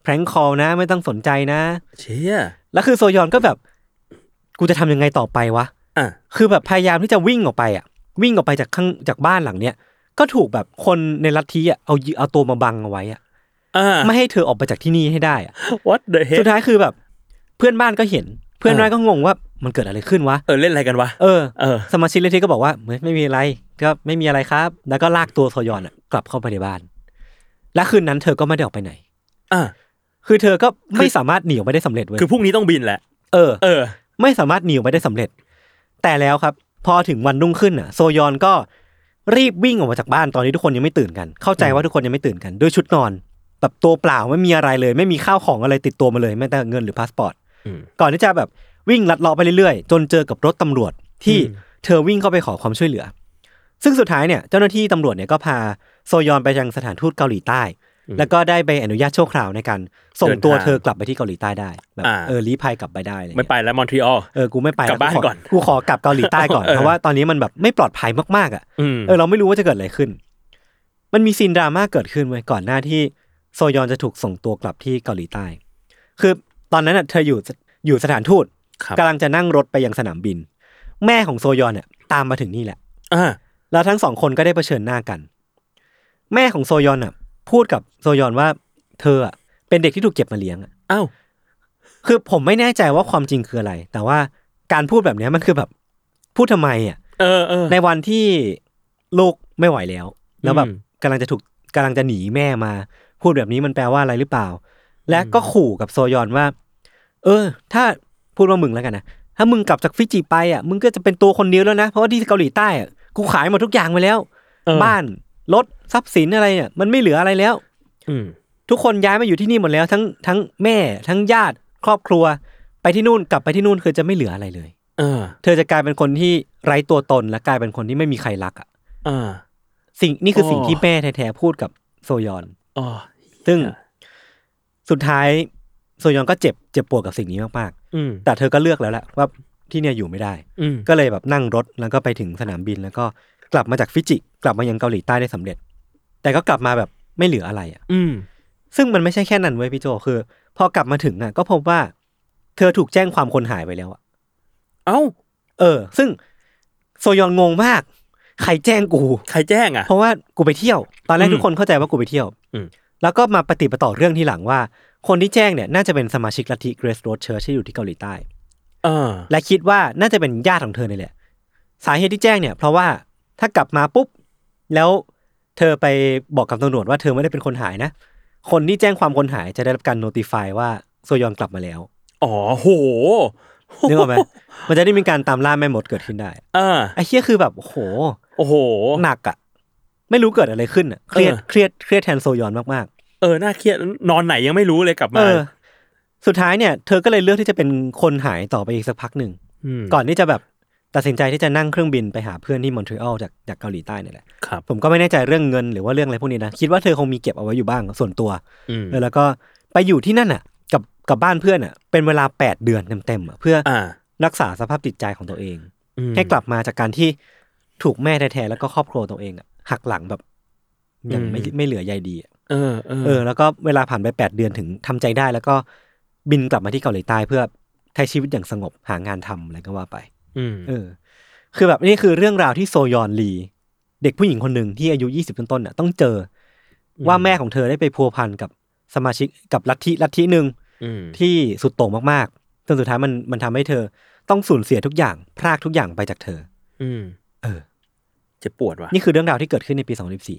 Speaker 3: แพร้งคอลนะไม่ต้องสนใจนะ
Speaker 5: เชี่ย
Speaker 3: แล้วคือโซยอนก็แบบกูจะทำยังไงต่อไปวะคือแบบพยายามที่จะวิ่งออกไปวิ่งออกไปจากบ้านหลังเนี้ยก็ถูกแบบคนในลัทธิเอาตัวมาบังเอาไว้ไม่ให้เธอออกไปจากที่นี่ให้ได้
Speaker 5: What the heck
Speaker 3: สุดท้ายคือแบบเพื่อนบ้านก็เห็นเพื่อนบ้านก็งงว่ามันเกิดอะไรขึ้นวะ
Speaker 5: เล่นอะไรกันวะ
Speaker 3: สมาชิกลัทธิก็บอกว่าไม่มีอะไรก็ไม่มีอะไรครับแล้วก็ลากตัวโซยอนกลับเข้าไปในบ้านและคืนนั้นเธอก็ไม่ได้ออกไปไหนคือเธอก็ไม่สามารถหนีออกไปได้สำเร็จเว้ย
Speaker 5: คือพรุ่งนี้ต้องบินแหละ
Speaker 3: ไม่สามารถหนีออกไปได้สำเร็จแต่แล้วครับพอถึงวันรุ่งขึ้นโซยอนก็รีบวิ่งออกมาจากบ้านตอนนี้ทุกคนยังไม่ตื่นกันเข้าใจว่าทุกคนยังไม่ตื่นกันด้วยชุดนอนแบบตัวเปล่าไม่มีอะไรเลยไม่มีข้าวของอะไรติดตัวมาเลยแม้แต่เงินหรือพาสปอร์ตก่อนที่จะแบบวิ่งลัดเลาะไปเรื่อยๆจนเจอกับรถตำรวจที่เธอวิ่งเข้าไปขอความช่วยเหลือซึ่งสุดท้ายเนี่ยเจ้าหน้าที่ตำรวจเนี่ยก็พาโซยอนไปยังสถานทูตเกาหลีใต้แล้วก็ได้ใบอนุญาตชั่วคราวในการส่งตัวเธอกลับไปที่เกาหลีใต้ได้แบบลี้ภัยกลับไปได้เลย
Speaker 5: ไม่ไปแล้วมอนทรีออล
Speaker 3: กูไม่ไป
Speaker 5: กลับบ้านก่อน
Speaker 3: กูขอกลับเกาหลีใต้ก่อนเพราะว่าตอนนี้มันแบบไม่ปลอดภัยมากๆเราไม่รู้ว่าจะเกิดอะไรขึ้นมันมีซีนดราม่าเกิดขึ้นไว้ก่อนหน้าที่โซยอนจะถูกส่งตัวกลับที่เกาหลีใต้คือตอนนั้นเธออยู่สถานทูตกำลังจะนั่งรถไปยังสนามบินแม่ของโซยอนเนี่ยตามมาถึงนี่แหละแล้วทั้งสองคนก็ได้เผชิญหน้ากันแม่ของโซยอนพูดกับโซยอนว่าเธอเป็นเด็กที่ถูกเก็บมาเลี้ยง
Speaker 5: อ้าว
Speaker 3: คือผมไม่แน่ใจว่าความจริงคืออะไรแต่ว่าการพูดแบบนี้มันคือแบบพูดทำไมในวันที่ลูกไม่ไหวแล้วแบบกำลังจะหนีแม่มาพูดแบบนี้มันแปลว่าอะไรหรือเปล่าและก็ขู่กับโซยอนว่าถ้าพูดว่ามึงแล้วกันนะถ้ามึงกลับจากฟิจิไปมึงก็จะเป็นตัวคนเดียวแล้วนะเพราะว่าที่เกาหลีใต้กูขายหมดทุกอย่างไปแล้วบ้านรถทรัพย์สินอะไรเนี่ยมันไม่เหลืออะไรแล้วทุกคนย้ายมาอยู่ที่นี่หมดแล้วทั้งแม่ทั้งญาติครอบครัวไปที่นู่นกลับไปที่นู่นคือจะไม่เหลืออะไรเลยเธอจะกลายเป็นคนที่ไร้ตัวตนและกลายเป็นคนที่ไม่มีใครรักนี่คือสิ่งที่แม่แท้ๆพูดกับโซยอนซึ่งสุดท้ายโซยอนก็เจ็บปวดกับสิ่งนี้มากๆแต่เธอก็เลือกแล้วแหละว่าที่เนี่ยอยู่ไม่ได้ก็เลยแบบนั่งรถแล้วก็ไปถึงสนามบินแล้วก็กลับมาจากฟิจิกลับมายังเกาหลีใต้ได้สำเร็จแต่ก็กลับมาแบบไม่เหลืออะไรซึ่งมันไม่ใช่แค่นั้นเว้ยพี่โจคือพอกลับมาถึงก็พบว่าเธอถูกแจ้งความคนหายไปแล้ว
Speaker 5: เอ้า
Speaker 3: ซึ่งโซยอนงงมากใครแจ้งกู
Speaker 5: ใครแจ้ง
Speaker 3: เพราะว่ากูไปเที่ยวตอนแรกทุกคนเข้าใจว่ากูไปเที่ยวแล้วก็มาปฏิปต่อเรื่องทีหลังว่าคนที่แจ้งเนี่ยน่าจะเป็นสมาชิกลัทธิ Grace Road Church ที่อยู่ที่เกาหลีใต้และคิดว่าน่าจะเป็นญาติของเธอนี่แหละสาเหตุที่แจ้งเนี่ยเพราะว่าถ้ากลับมาปุ๊บแล้วเธอไปบอกกับตำรวจว่าเธอไม่ได้เป็นคนหายนะคนที่แจ้งความคนหายจะได้รับการโน้ติฟายว่าโซยอนกลับมาแล้ว
Speaker 5: โห
Speaker 3: นึกออกไหมมันจะได้มีการตามล่าแม่มดเกิดขึ้นได้ไอ้เหี้ยคือแบบโอ้โหหนักไม่รู้เกิดอะไรขึ้นเครียดแทนโซยอนมาก
Speaker 5: ๆน่าเครียดนอนไหนยังไม่รู้เลยกลับมา
Speaker 3: สุดท้ายเนี่ยเธอก็เลยเลือกที่จะเป็นคนหายต่อไปอีกสักพักหนึ่งก่อนที่จะแบบตัดสินใจที่จะนั่งเครื่องบินไปหาเพื่อนที่มอนทรีออลจากเกาหลีใต้นี่แหละผมก็ไม่แน่ใจเรื่องเงินหรือว่าเรื่องอะไรพวกนี้นะคิดว่าเธอคงมีเก็บเอาไว้อยู่บ้างส่วนตัวแล้วก็ไปอยู่ที่นั่นกับบ้านเพื่อนเป็นเวลา8 เดือนเต็มๆเพื่อรักษาสภาพจิตใจของตัวเองให้กลับมาจากการที่ถูกแม่แท้ๆแล้วก็ครอบครัวตัวเองหักหลังแบบยังไม่เหลือใยดีแล้วก็เวลาผ่านไป8 เดือนถึงทำใจได้แล้วก็บินกลับมาที่เกาหลีใต้เพื่อใช้ชีวิตอย่างสงบหางานทำอะไรก็ว่าไปคือแบบนี่คือเรื่องราวที่โซยอนลีเด็กผู้หญิงคนหนึ่งที่อายุ20ต้นๆต้องเจอว่าแม่ของเธอได้ไปพัวพันกับสมาชิกกับลัทธินึงที่สุดโต่งมากๆจนสุดท้ายมันทำให้เธอต้องสูญเสียทุกอย่างพรากทุกอย่างไปจากเธอ
Speaker 5: เจ็บปวดว่ะ
Speaker 3: นี่คือเรื่องราวที่เกิดขึ้นในปี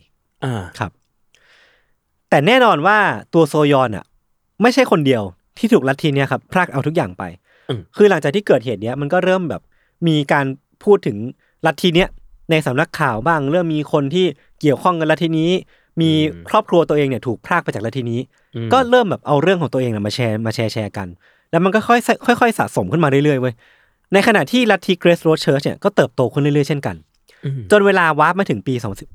Speaker 3: 2014ครับแต่แน่นอนว่าตัวโซยอนไม่ใช่คนเดียวที่ถูกลัทธิเนี้ยครับพรากเอาทุกอย่างไปคือหลังจากที่เกิดเหตุเนี้ยมันก็เริ่มแบบมีการพูดถึงลัทธิเนี้ยในสำนักข่าวบ้างเริ่มมีคนที่เกี่ยวข้องกับลัทธินี้มีครอบครัวตัวเองเนี่ยถูกพรากไปจากลัทธินี้ก็เริ่มแบบเอาเรื่องของตัวเองมาแชร์กันแล้วมันก็ค่อยสะสมขึ้นมาเรื่อยๆเว้ยในขณะที่ลัทธิ Grace Road Church เนี่ยก็เติบโตขึ้นเรื่อยๆเช่นกันจนเวลาวาร์ปมาถึงปี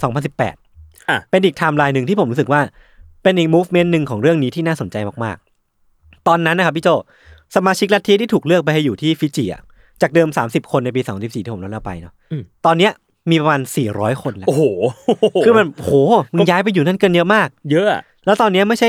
Speaker 3: 2018เป็นอีกไทม์ไลน์นึงที่ผมรู้สึกว่าเป็นอีก movement นึงของเรื่องนี้ที่น่าสนใจมากๆตอนนั้นนะครับพี่โจสมาชิกลัทธิที่ถูกเลือกไปให้อยู่ที่ฟิจิจากเดิม30 คนในปี2014ที่ผมเล่าไปเนาะตอนเนี้ยมีประมาณ400 คนแล้ว
Speaker 5: โอ้โห
Speaker 3: คือมันโหมึงย้ายไปอยู่นั่นกันเยอะมาก
Speaker 5: เยอะ
Speaker 3: แล้วตอนนี้ไม่ใช่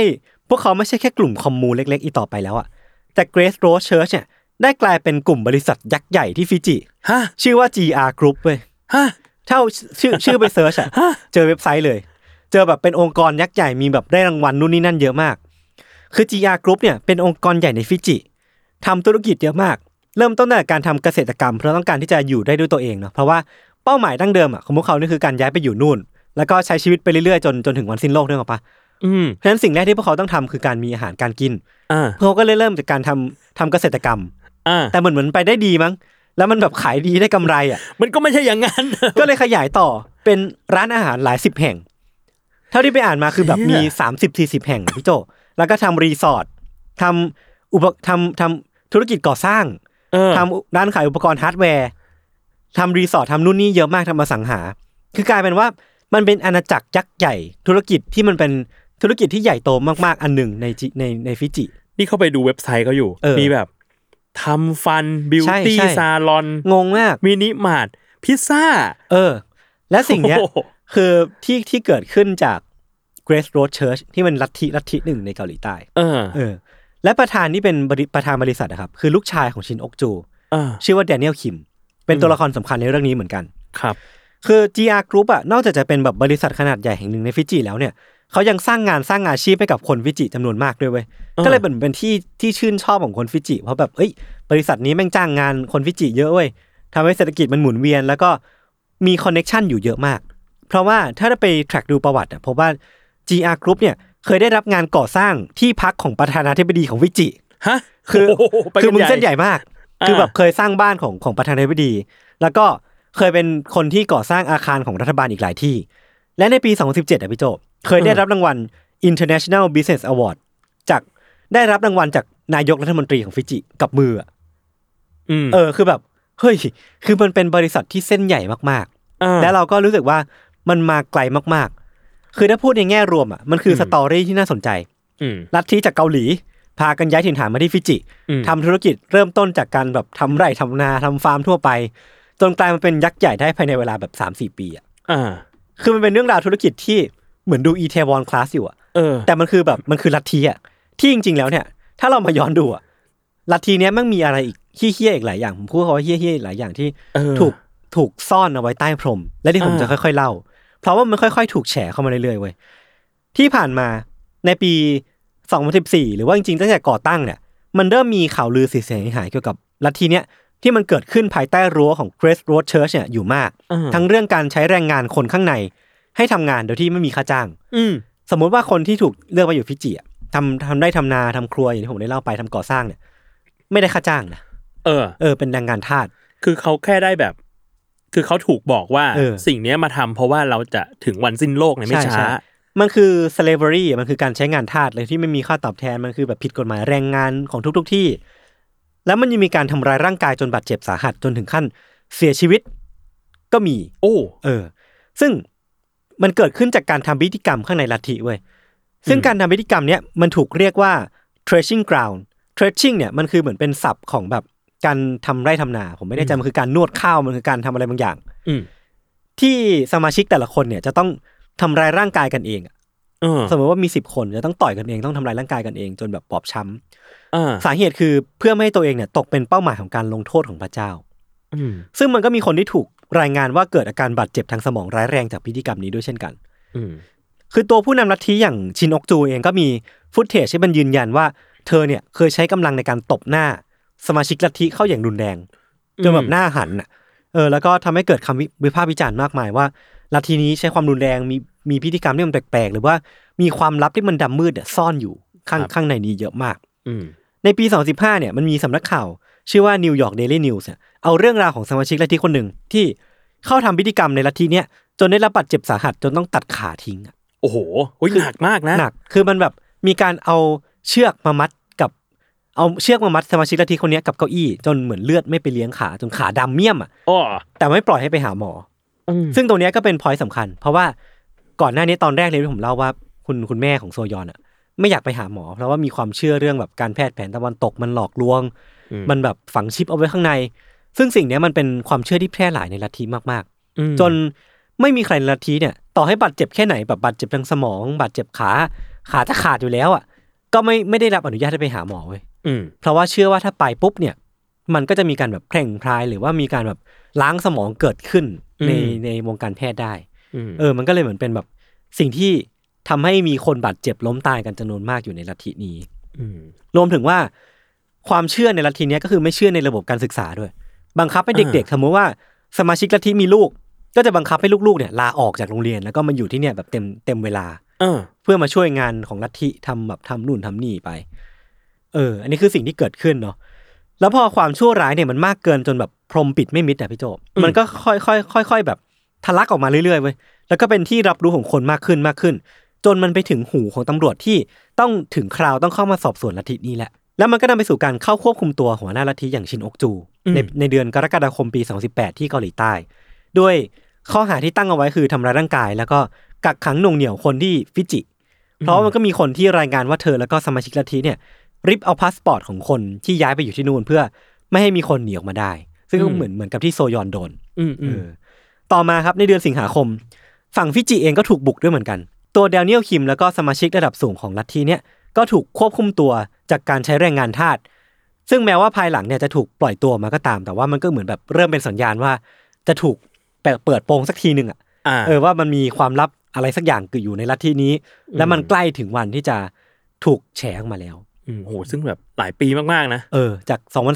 Speaker 3: พวกเขาไม่ใช่แค่กลุ่มคอมมูนเล็กๆอีกต่อไปแล้วอ่ะแต่ Grace Road Church เนี่ยได้กลายเป็นกลุ่มบริษัทยักษ์ใหญ่ที่ฟิจิชื่อว่า GR Group เว้ยถ้าชื่อไปเซิร์ชอ่ะเจอเว็บไซต์เลยเจอแบบเป็นองค์กรยักษ์ใหญ่มีแบบได้รางวัลนู่นนี่นั่นเยอะมากคือ GR Group เนี่ยเป็นองค์กรใหญ่ในฟิจิทำธุรกิจเยอะมากเริ่มต้นจากการทำเกษตรกรรมเพราะต้องการที่จะอยู่ได้ด้วยตัวเองเนาะเพราะว่าเป้าหมายดั้งเดิมอ่ะของพวกเขานี่คือการย้ายไปอยู่นู่นแล้วก็ใช้ชีวิตไปเรื่อยๆจนถึงวันสิ้นโลกนึกออกปะเพราะฉะนั้นสิ่งแรกที่พวกเขาต้องทำคือการมีอาหารการกินพวกเขาก็เลยเริ่มจากการทำเกษตรกรรมแต่เหมือนไปได้ดีมั้งแล้วมันแบบขายดีได้กำไรอ่ะ
Speaker 5: มันก็ไม่ใช่อย่างนั้น
Speaker 3: ก็เลยขยายต่อเป็นร้านอาหารหลาย10แห่งเท่าที่ไปอ่านมาคือแบบมี30-40แห่งพี่โจแล้วก็ทำรีสอร์ททำธุรกิจก่อสร้างทำร้านขายอุปกรณ์ฮาร์ดแวร์ทำรีสอร์ททำนู่นนี่เยอะมากทำอสังหาคือกลายเป็นว่ามันเป็นอาณาจักรยักษ์ใหญ่ธุรกิจที่มันเป็นธุรกิจที่ใหญ่โตมากๆอันหนึ่งในฟิจิ
Speaker 5: นี่เข้าไปดูเว็บไซต์เขาอยู่มีแบบทำฟันบิวตี้ซาลอน
Speaker 3: งงมาก
Speaker 5: มินิมาร์ทพิซซ่า
Speaker 3: และสิ่งเนี้ยคือที่เกิดขึ้นจาก Grace Road Church ที่มันลัทธิหนึ่งในเกาหลีใต้และประธานที่เป็นประธานบริษัทนะครับคือลูกชายของชินอกจูชื่อว่าแดเนียลคิมเป็นตัวละครสำคัญในเรื่องนี้เหมือนกัน
Speaker 5: ครับ
Speaker 3: คือ GR Group อ่ะนอกจากจะเป็นแบบบริษัทขนาดใหญ่แห่งหนึ่งในฟิจิแล้วเนี่ยเขายังสร้างอาชีพให้กับคนฟิจิจำนวนมากด้วยเว้ยก็เลยเป็นที่ชื่นชอบของคนฟิจิเพราะแบบบริษัทนี้แม่งจ้างงานคนฟิจิเยอะเว้ยทำให้เศรษฐกิจมันหมุนเวียนแล้วก็มีคอนเนคชั่นอยู่เยอะมากเพราะว่าถ้าไป track ดูประวัติอ่ะพบว่า GR Group เนี่ยเคยได้รับงานก่อสร้างที่พักของประธานาธิบดีของฟิจิคือมึงเส้นใหญ่มากคือแบบเคยสร้างบ้านของประธานาธิบดีแล้วก็เคยเป็นคนที่ก่อสร้างอาคารของรัฐบาลอีกหลายที่และในปี2017อ่ะพี่โจเคยได้รับรางวัล International Business Award ได้รับรางวัลจากนายกรัฐมนตรีของฟิจิกับมือคือแบบเฮ้ยคือมันเป็นบริษัทที่เส้นใหญ่มากๆแล้วเราก็รู้สึกว่ามันมาไกลมากๆคือถ้าพูดในแง่รวมอ่ะมันคือสตอรี่ที่น่าสนใจลัทธิจากเกาหลีพากันย้ายถิ่นฐานมาที่ฟิจิทำธุรกิจเริ่มต้นจากการแบบทำไร่ทำนาทำฟาร์มทั่วไปจนกลายมาเป็นยักษ์ใหญ่ได้ภายในเวลาแบบ 3-4 ปีอ่ะคือมันเป็นเรื่องราวธุรกิจที่เหมือนดูอีเทวอนคลาสอยู่อ่ะแต่มันคือแบบมันคือลัทธิอ่ะที่จริงๆแล้วเนี่ยถ้าเรามาย้อนดูอ่ะลัทธิเนี้ยมันมีอะไรอีกเหี้ยๆอีกหลายอย่างผมพูดว่าเหี้ยๆอีกหลายอย่างที่ถูกซ่อนเอาไว้ใต้พรมและที่ผมจะค่อยๆเล่าเพราะว่ามันค่อยๆถูกแฉเข้ามาเรื่อยๆเว้ยที่ผ่านมาในปี2014หรือว่าจริงๆตั้งแต่ก่อตั้งเนี่ยมันเริ่มมีข่าวลือเสียหายเกี่ยวกับลัทธิเนี้ยที่มันเกิดขึ้นภายใต้รั้วของ Grace Road Church เนี่ยอยู่มากทั้งเรื่องการใช้แรงงานคนข้างในให้ทำงานโดยที่ไม่มีค่าจ้างสมมติว่าคนที่ถูกเลือกมาอยู่ฟิจิอ่ะทำได้ทำนาทำครัวอย่างที่ผมได้เล่าไปทำก่อสร้างเนี่ยไม่ได้ค่าจ้างนะเป็นแรงงานทาส
Speaker 5: คือเขาแค่ได้แบบคือเขาถูกบอกว่าสิ่งนี้มาทำเพราะว่าเราจะถึงวันสิ้นโลกเนี่ยไม่ช้า
Speaker 3: มันคือ slavery มันคือการใช้งานทาสเลยที่ไม่มีค่าตอบแทนมันคือแบบผิดกฎหมายแรงงานของทุกที่แล้วมันยังมีการทำร้ายร่างกายจนบาดเจ็บสาหัสจนถึงขั้นเสียชีวิตก็มีซึ่งมันเกิดขึ้นจากการทำพิธีกรรมข้างในลัทธิเว้ยซึ่งการทำพิธีกรรมเนี้ยมันถูกเรียกว่า threshing ground threshing เนี่ยมันคือเหมือนเป็นศัพท์ของแบบการทำไร่ทำนาผมไม่แน่ใจมันคือการนวดข้าวมันคือการทำอะไรบางอย่างที่สมาชิกแต่ละคนเนี่ยจะต้องทำร้ายร่างกายกันเองสมมติว่ามี10คนจะต้องต่อยกันเองต้องทำร้ายร่างกายกันเองจนแบบบอบช้ำสาเหตุคือเพื่อไม่ให้ตัวเองเนี่ยตกเป็นเป้าหมายของการลงโทษของพระเจ้าซึ่งมันก็มีคนที่ถูกรายงานว่าเกิดอาการบาดเจ็บทางสมองร้ายแรงจากพิธีกรรมนี้ด้วยเช่นกันคือตัวผู้นำลัทธิอย่างชินอกจูเองก็มีฟุตเทจที่มันยืนยันว่าเธอเนี่ยเคยใช้กำลังในการตบหน้าสมาชิกลัทธิเข้าอย่างรุนแรงจนแบบหน้าหันแล้วก็ทำให้เกิดคำวิพากษ์วิจารณ์มากมายว่าลัทธินี้ใช้ความรุนแรงมีพิธีกรรมที่มันแปลกๆหรือว่ามีความลับที่มันดำมืดซ่อนอยู่ข้างในนี้เยอะมากในปี2015เนี่ยมันมีสำนักข่าวชื่อว่า New York Daily News เอาเรื่องราวของสมาชิกลัทธิคนหนึ่งที่เข้าทำพิธีกรรมในลัทธิเนี้ยจนได้รับบาดเจ็บสาหัสจนต้องตัดขาทิ้ง
Speaker 5: โอ้โหหนักมากนะ
Speaker 3: หนักคือมันแบบมีการเอาเชือกมามัดสมาชิกลัทธิคนนี้กับเก้าอี้จนเหมือนเลือดไม่ไปเลี้ยงขาจนขาดำเมี่ยมแต่ไม่ปล่อยให้ไปหาหมอซึ่งตรงนี้ก็เป็นพอยต์สำคัญเพราะว่าก่อนหน้านี้ตอนแรกเลยที่ผมเล่าว่าคุณแม่ของโซยอนไม่อยากไปหาหมอเพราะว่ามีความเชื่อเรื่องแบบการแพทย์แผนตะวันตกมันหลอกลวงมันแบบฝังชิปเอาไว้ข้างในซึ่งสิ่งนี้มันเป็นความเชื่อที่แพร่หลายในลัทธิมากๆจนไม่มีใครในลัทธิเนี่ยต่อให้บาดเจ็บแค่ไหนแบบบาดเจ็บทางสมองบาดเจ็บขาจะขาดอยู่แล้วก็ไม่ได้รับอนุญาตให้ไปหาหมอเว้ยเพราะว่าเชื่อว่าถ้าไปปุ๊บเนี่ยมันก็จะมีการแบบแพร่งพรายหรือว่ามีการแบบล้างสมองเกิดขึ้นในวงการแพทย์ได้มันก็เลยเหมือนเป็นแบบสิ่งที่ทำให้มีคนบาดเจ็บล้มตายกันจำนวนมากอยู่ในลัทธินี้รวมถึงว่าความเชื่อในลัทธินี้ก็คือไม่เชื่อในระบบการศึกษาด้วยบังคับให้เด็กๆสมมติว่าสมาชิกลัทธิมีลูกก็จะบังคับให้ลูกๆเนี่ยลาออกจากโรงเรียนแล้วก็มาอยู่ที่เนี่ยแบบเต็มเวลาเพื่อมาช่วยงานของลัทธิทำนู่นทำนี่ไปอันนี้คือสิ่งที่เกิดขึ้นเนาะแล้วพอความชั่วร้ายเนี่ยมันมากเกินจนแบบพรมปิดไม่มิดอ่ะพี่โจมันก็ค่อยๆแบบทะลักออกมาเรื่อยๆเว้ยแล้วก็เป็นที่รับรู้ของคนมากขึ้นจนมันไปถึงหูของตำรวจที่ต้องถึงคราวต้องเข้ามาสอบสวนลัทธินี้แหละแล้วมันก็นำไปสู่การเข้าควบคุมตัวหัวหน้าลัทธิอย่างชินอกจูในเดือนกรกฎาคมปี2018ที่เกาหลีใต้ด้วยข้อหาที่ตั้งเอาไว้คือทำร้ายร่างกายแล้วก็กักขังหน่วงเหนี่ยวคนที่ฟิจิเพราะมันก็มีคนที่รายงานว่าเธอแล้วก็สมาชิกลัทธิเนี่ยริบเอาพาสปอร์ตของคนที่ย้ายไปอยู่ที่นู่นเพื่อไม่ให้มีคนหนีออกมาได้ซึ่งก็เหมือนกับที่โซยอนโดนต่อมาครับในเดือนสิงหาคมฝั่งฟิจิเองก็ถูกบุกด้วยเหมือนกันตัวแดเนียลคิมแล้วก็สมาชิกระดับสูงของลัทธิเนี่ยก็ถูกควบคุมตัวจากการใช้แรงงานทาสซึ่งแม้ว่าภายหลังเนี่ยจะถูกปล่อยตัวมาก็ตามแต่ว่ามันก็เหมือนแบบเริ่มเป็นสัญญาณว่าจะถูกเปิดโปงสักทีนึงว่ามันมีความลับอะไรสักอย่างเกิดอยู่ในลัทธินี้และมันใกล้ถึงวันที่จะถูกแฉออกมาแล้ว
Speaker 5: โหซึ่งแบบหลายปีมากๆนะ
Speaker 3: จาก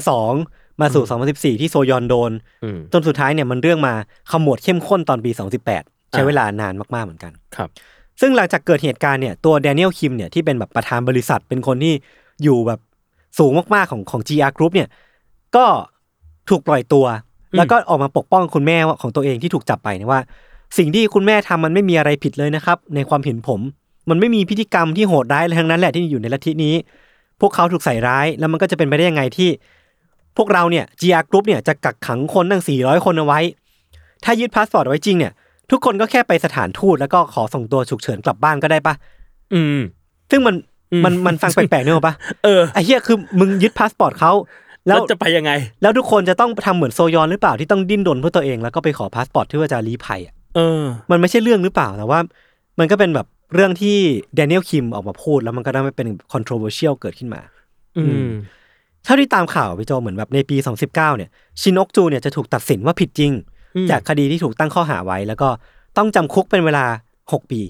Speaker 3: 2002มาสู่2014ที่โซยอนโดนจนสุดท้ายเนี่ยมันเรื่องมาขมวดเข้มข้นตอนปี2018ใช้เวลานานมากๆเหมือนกัน
Speaker 5: ครับ
Speaker 3: ซึ่งหลังจากเกิดเหตุการณ์เนี่ยตัวแดเนียลคิมเนี่ยที่เป็นแบบประธานบริษัทเป็นคนที่อยู่แบบสูงมากๆของ GR Group เนี่ยก็ถูกปล่อยตัวแล้วก็ออกมาปกป้องคุณแม่ของตัวเองที่ถูกจับไปนะว่าสิ่งที่คุณแม่ทำมันไม่มีอะไรผิดเลยนะครับในความเห็นผมมันไม่มีพฤติกรรมที่โหดร้ายอะไรทั้งนั้นแหละที่อยู่ในลัทธินี้พวกเขาถูกใส่ร้ายแล้วมันก็จะเป็นไปได้ยังไงที่พวกเราเนี่ย GR Group เนี่ยจะกักขังคนตั้ง400คนเอาไว้ถ้ายึดพาสปอร์ตไว้จริงเนี่ยทุกคนก็แค่ไปสถานทูตแล้วก็ขอส่งตัวฉุกเฉินกลับบ้านก็ได้ปะซึ่งมันฟังแปลกๆเนี่ยป่ะไอ้เหี้ยคือมึงยึดพาสปอร์ตเขา
Speaker 5: แล้วจะไปยังไง
Speaker 3: แล้วทุกคนจะต้องทำเหมือนโซยอนหรือเปล่าที่ต้องดิ้นรนเพื่อตัวเองแล้วก็ไปขอพาสปอร์ตที่ว่าจะลี้ภัยมันไม่ใช่เรื่องหรือเปล่าแต่ว่ามันก็เป็นแบบเรื่องที่แดเนียลคิมออกมาพูดแล้วมันก็ได้ไม่เป็น controversial เกิดขึ้นมาเท่าที่ตามข่าวพี่โจเหมือนแบบในปี2019เนี่ยชินอกจูเนี่ยจะถูกตัดสินว่าผิดจริงจากคดีที่ถูกตั้งข้อหาไว้แล้วก็ต้องจำคุกเป็นเวลา6ปี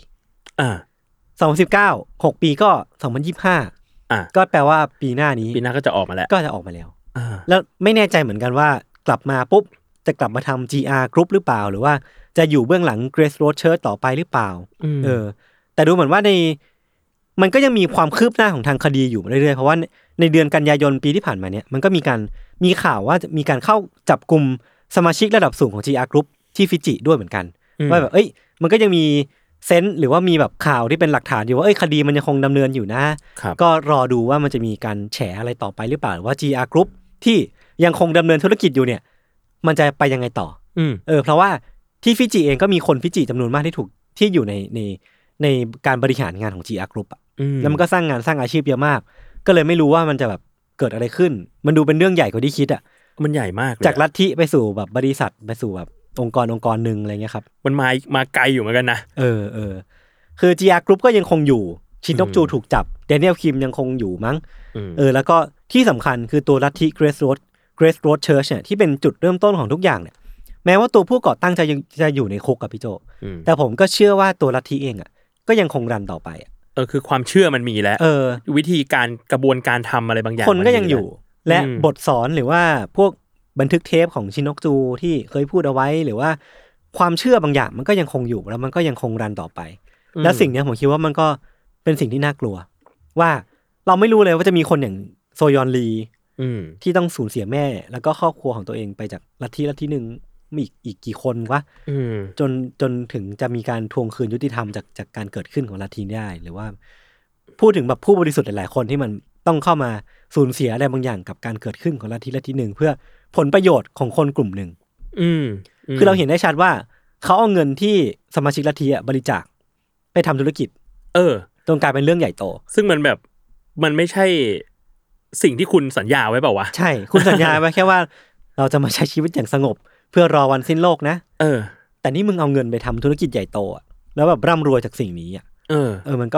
Speaker 3: 2019 6ปีก็2025ก็แปลว่าปีหน้า
Speaker 5: ก็จะออกมาแล้ว
Speaker 3: แล้วไม่แน่ใจเหมือนกันว่ากลับมาปุ๊บจะกลับมาทำ GR Group หรือเปล่าหรือว่าจะอยู่เบื้องหลัง Grace Road Church ต่อไปหรือเปล่าแต่ดูเหมือนว่ามันก็ยังมีความคืบหน้าของทางคดีอยู่เรื่อยๆเพราะว่าในเดือนกันยายนปีที่ผ่านมาเนี่ยมันก็มีข่าวว่ามีการเข้าจับกุมสมาชิกระดับสูงของ GR Group ที่ฟิจิด้วยเหมือนกันว่าแบบมันก็ยังมีเซนส์หรือว่ามีแบบข่าวที่เป็นหลักฐานอยู่ว่าคดีมันยังคงดำเนินอยู่นะก็รอดูว่ามันจะมีการแฉอะไรต่อไปหรือเปล่าหรือว่า GR Group ที่ยังคงดำเนินธุรกิจอยู่เนี่ยมันจะไปยังไงต่อเพราะว่าที่ฟิจิเองก็มีคนฟิจิจำนวนมากที่อยู่ในการบริหารงานของ GR Group แล้วมันก็สร้างงานสร้างอาชีพเยอะมากก็เลยไม่รู้ว่ามันจะแบบเกิดอะไรขึ้นมันดูเป็นเรื่องใหญ่กว่าที่คิด
Speaker 5: มันใหญ่มาก
Speaker 3: จากลัทธิไปสู่แบบบริษัทไปสู่แบบองค์กรนึงอะไรเงี้ยครับ
Speaker 5: มันมาไกลอยู่เหมือนกันนะ
Speaker 3: คือ GR Group ก็ยังคงอยู่ชินอกจูถูกจับแดเนียลคิมยังคงอยู่มั้งแล้วก็ที่สำคัญคือตัวลัทธิ Grace Road Church เนี่ยที่เป็นจุดเริ่มต้นของทุกอย่างเนี่ยแม้ว่าตัวผู้ก่อตั้งจะอยู่ในคุกกับพี่โจแต่ผมก็เชื่อว่าตัวลัทธิเองก็ยังคงรันต่อไป
Speaker 5: คือความเชื่อมันมีแล้ววิธีการกระบวนการทำอะไรบางอย่าง
Speaker 3: คนก็ยังอยู่และบทสอนหรือว่าพวกบันทึกเทปของชินอกจูที่เคยพูดเอาไว้หรือว่าความเชื่อบางอย่างมันก็ยังคงอยู่แล้วมันก็ยังคงรันต่อไปแล้วสิ่งนี้ผมคิดว่ามันก็เป็นสิ่งที่น่ากลัวว่าเราไม่รู้เลยว่าจะมีคนอย่างโซยอนลีที่ต้องสูญเสียแม่แล้วก็ครอบครัวของตัวเองไปจากลัทธินึงอีกกี่คนวะจนถึงจะมีการทวงคืนยุติธรรมจากการเกิดขึ้นของลัทธิได้หรือว่าพูดถึงแบบผู้บริสุทธิ์หลายๆคนที่มันต้องเข้ามาสูญเสียอะไรบางอย่างกับการเกิดขึ้นของลัทธินึงเพื่อผลประโยชน์ของคนกลุ่มหนึ่งคือเราเห็นได้ชัดว่าเขาเอาเงินที่สมาชิกลัทธิบริจาคไปทำธุรกิจจนกลายเป็นเรื่องใหญ่โต
Speaker 5: ซึ่งมันแบบมันไม่ใช่สิ่งที่คุณสัญญาไว้เปล่าวะ
Speaker 3: ใช่คุณสัญญาไว้แค่ว่าเราจะมาใช้ชีวิตอย่างสงบเพื่อรอวันสิ้นโลกนะแต่นี่มึงเอาเงินไปทำธุรกิจใหญ่โตแล้วแบบร่ำรวยจากสิ่งนี้มันก็แบบ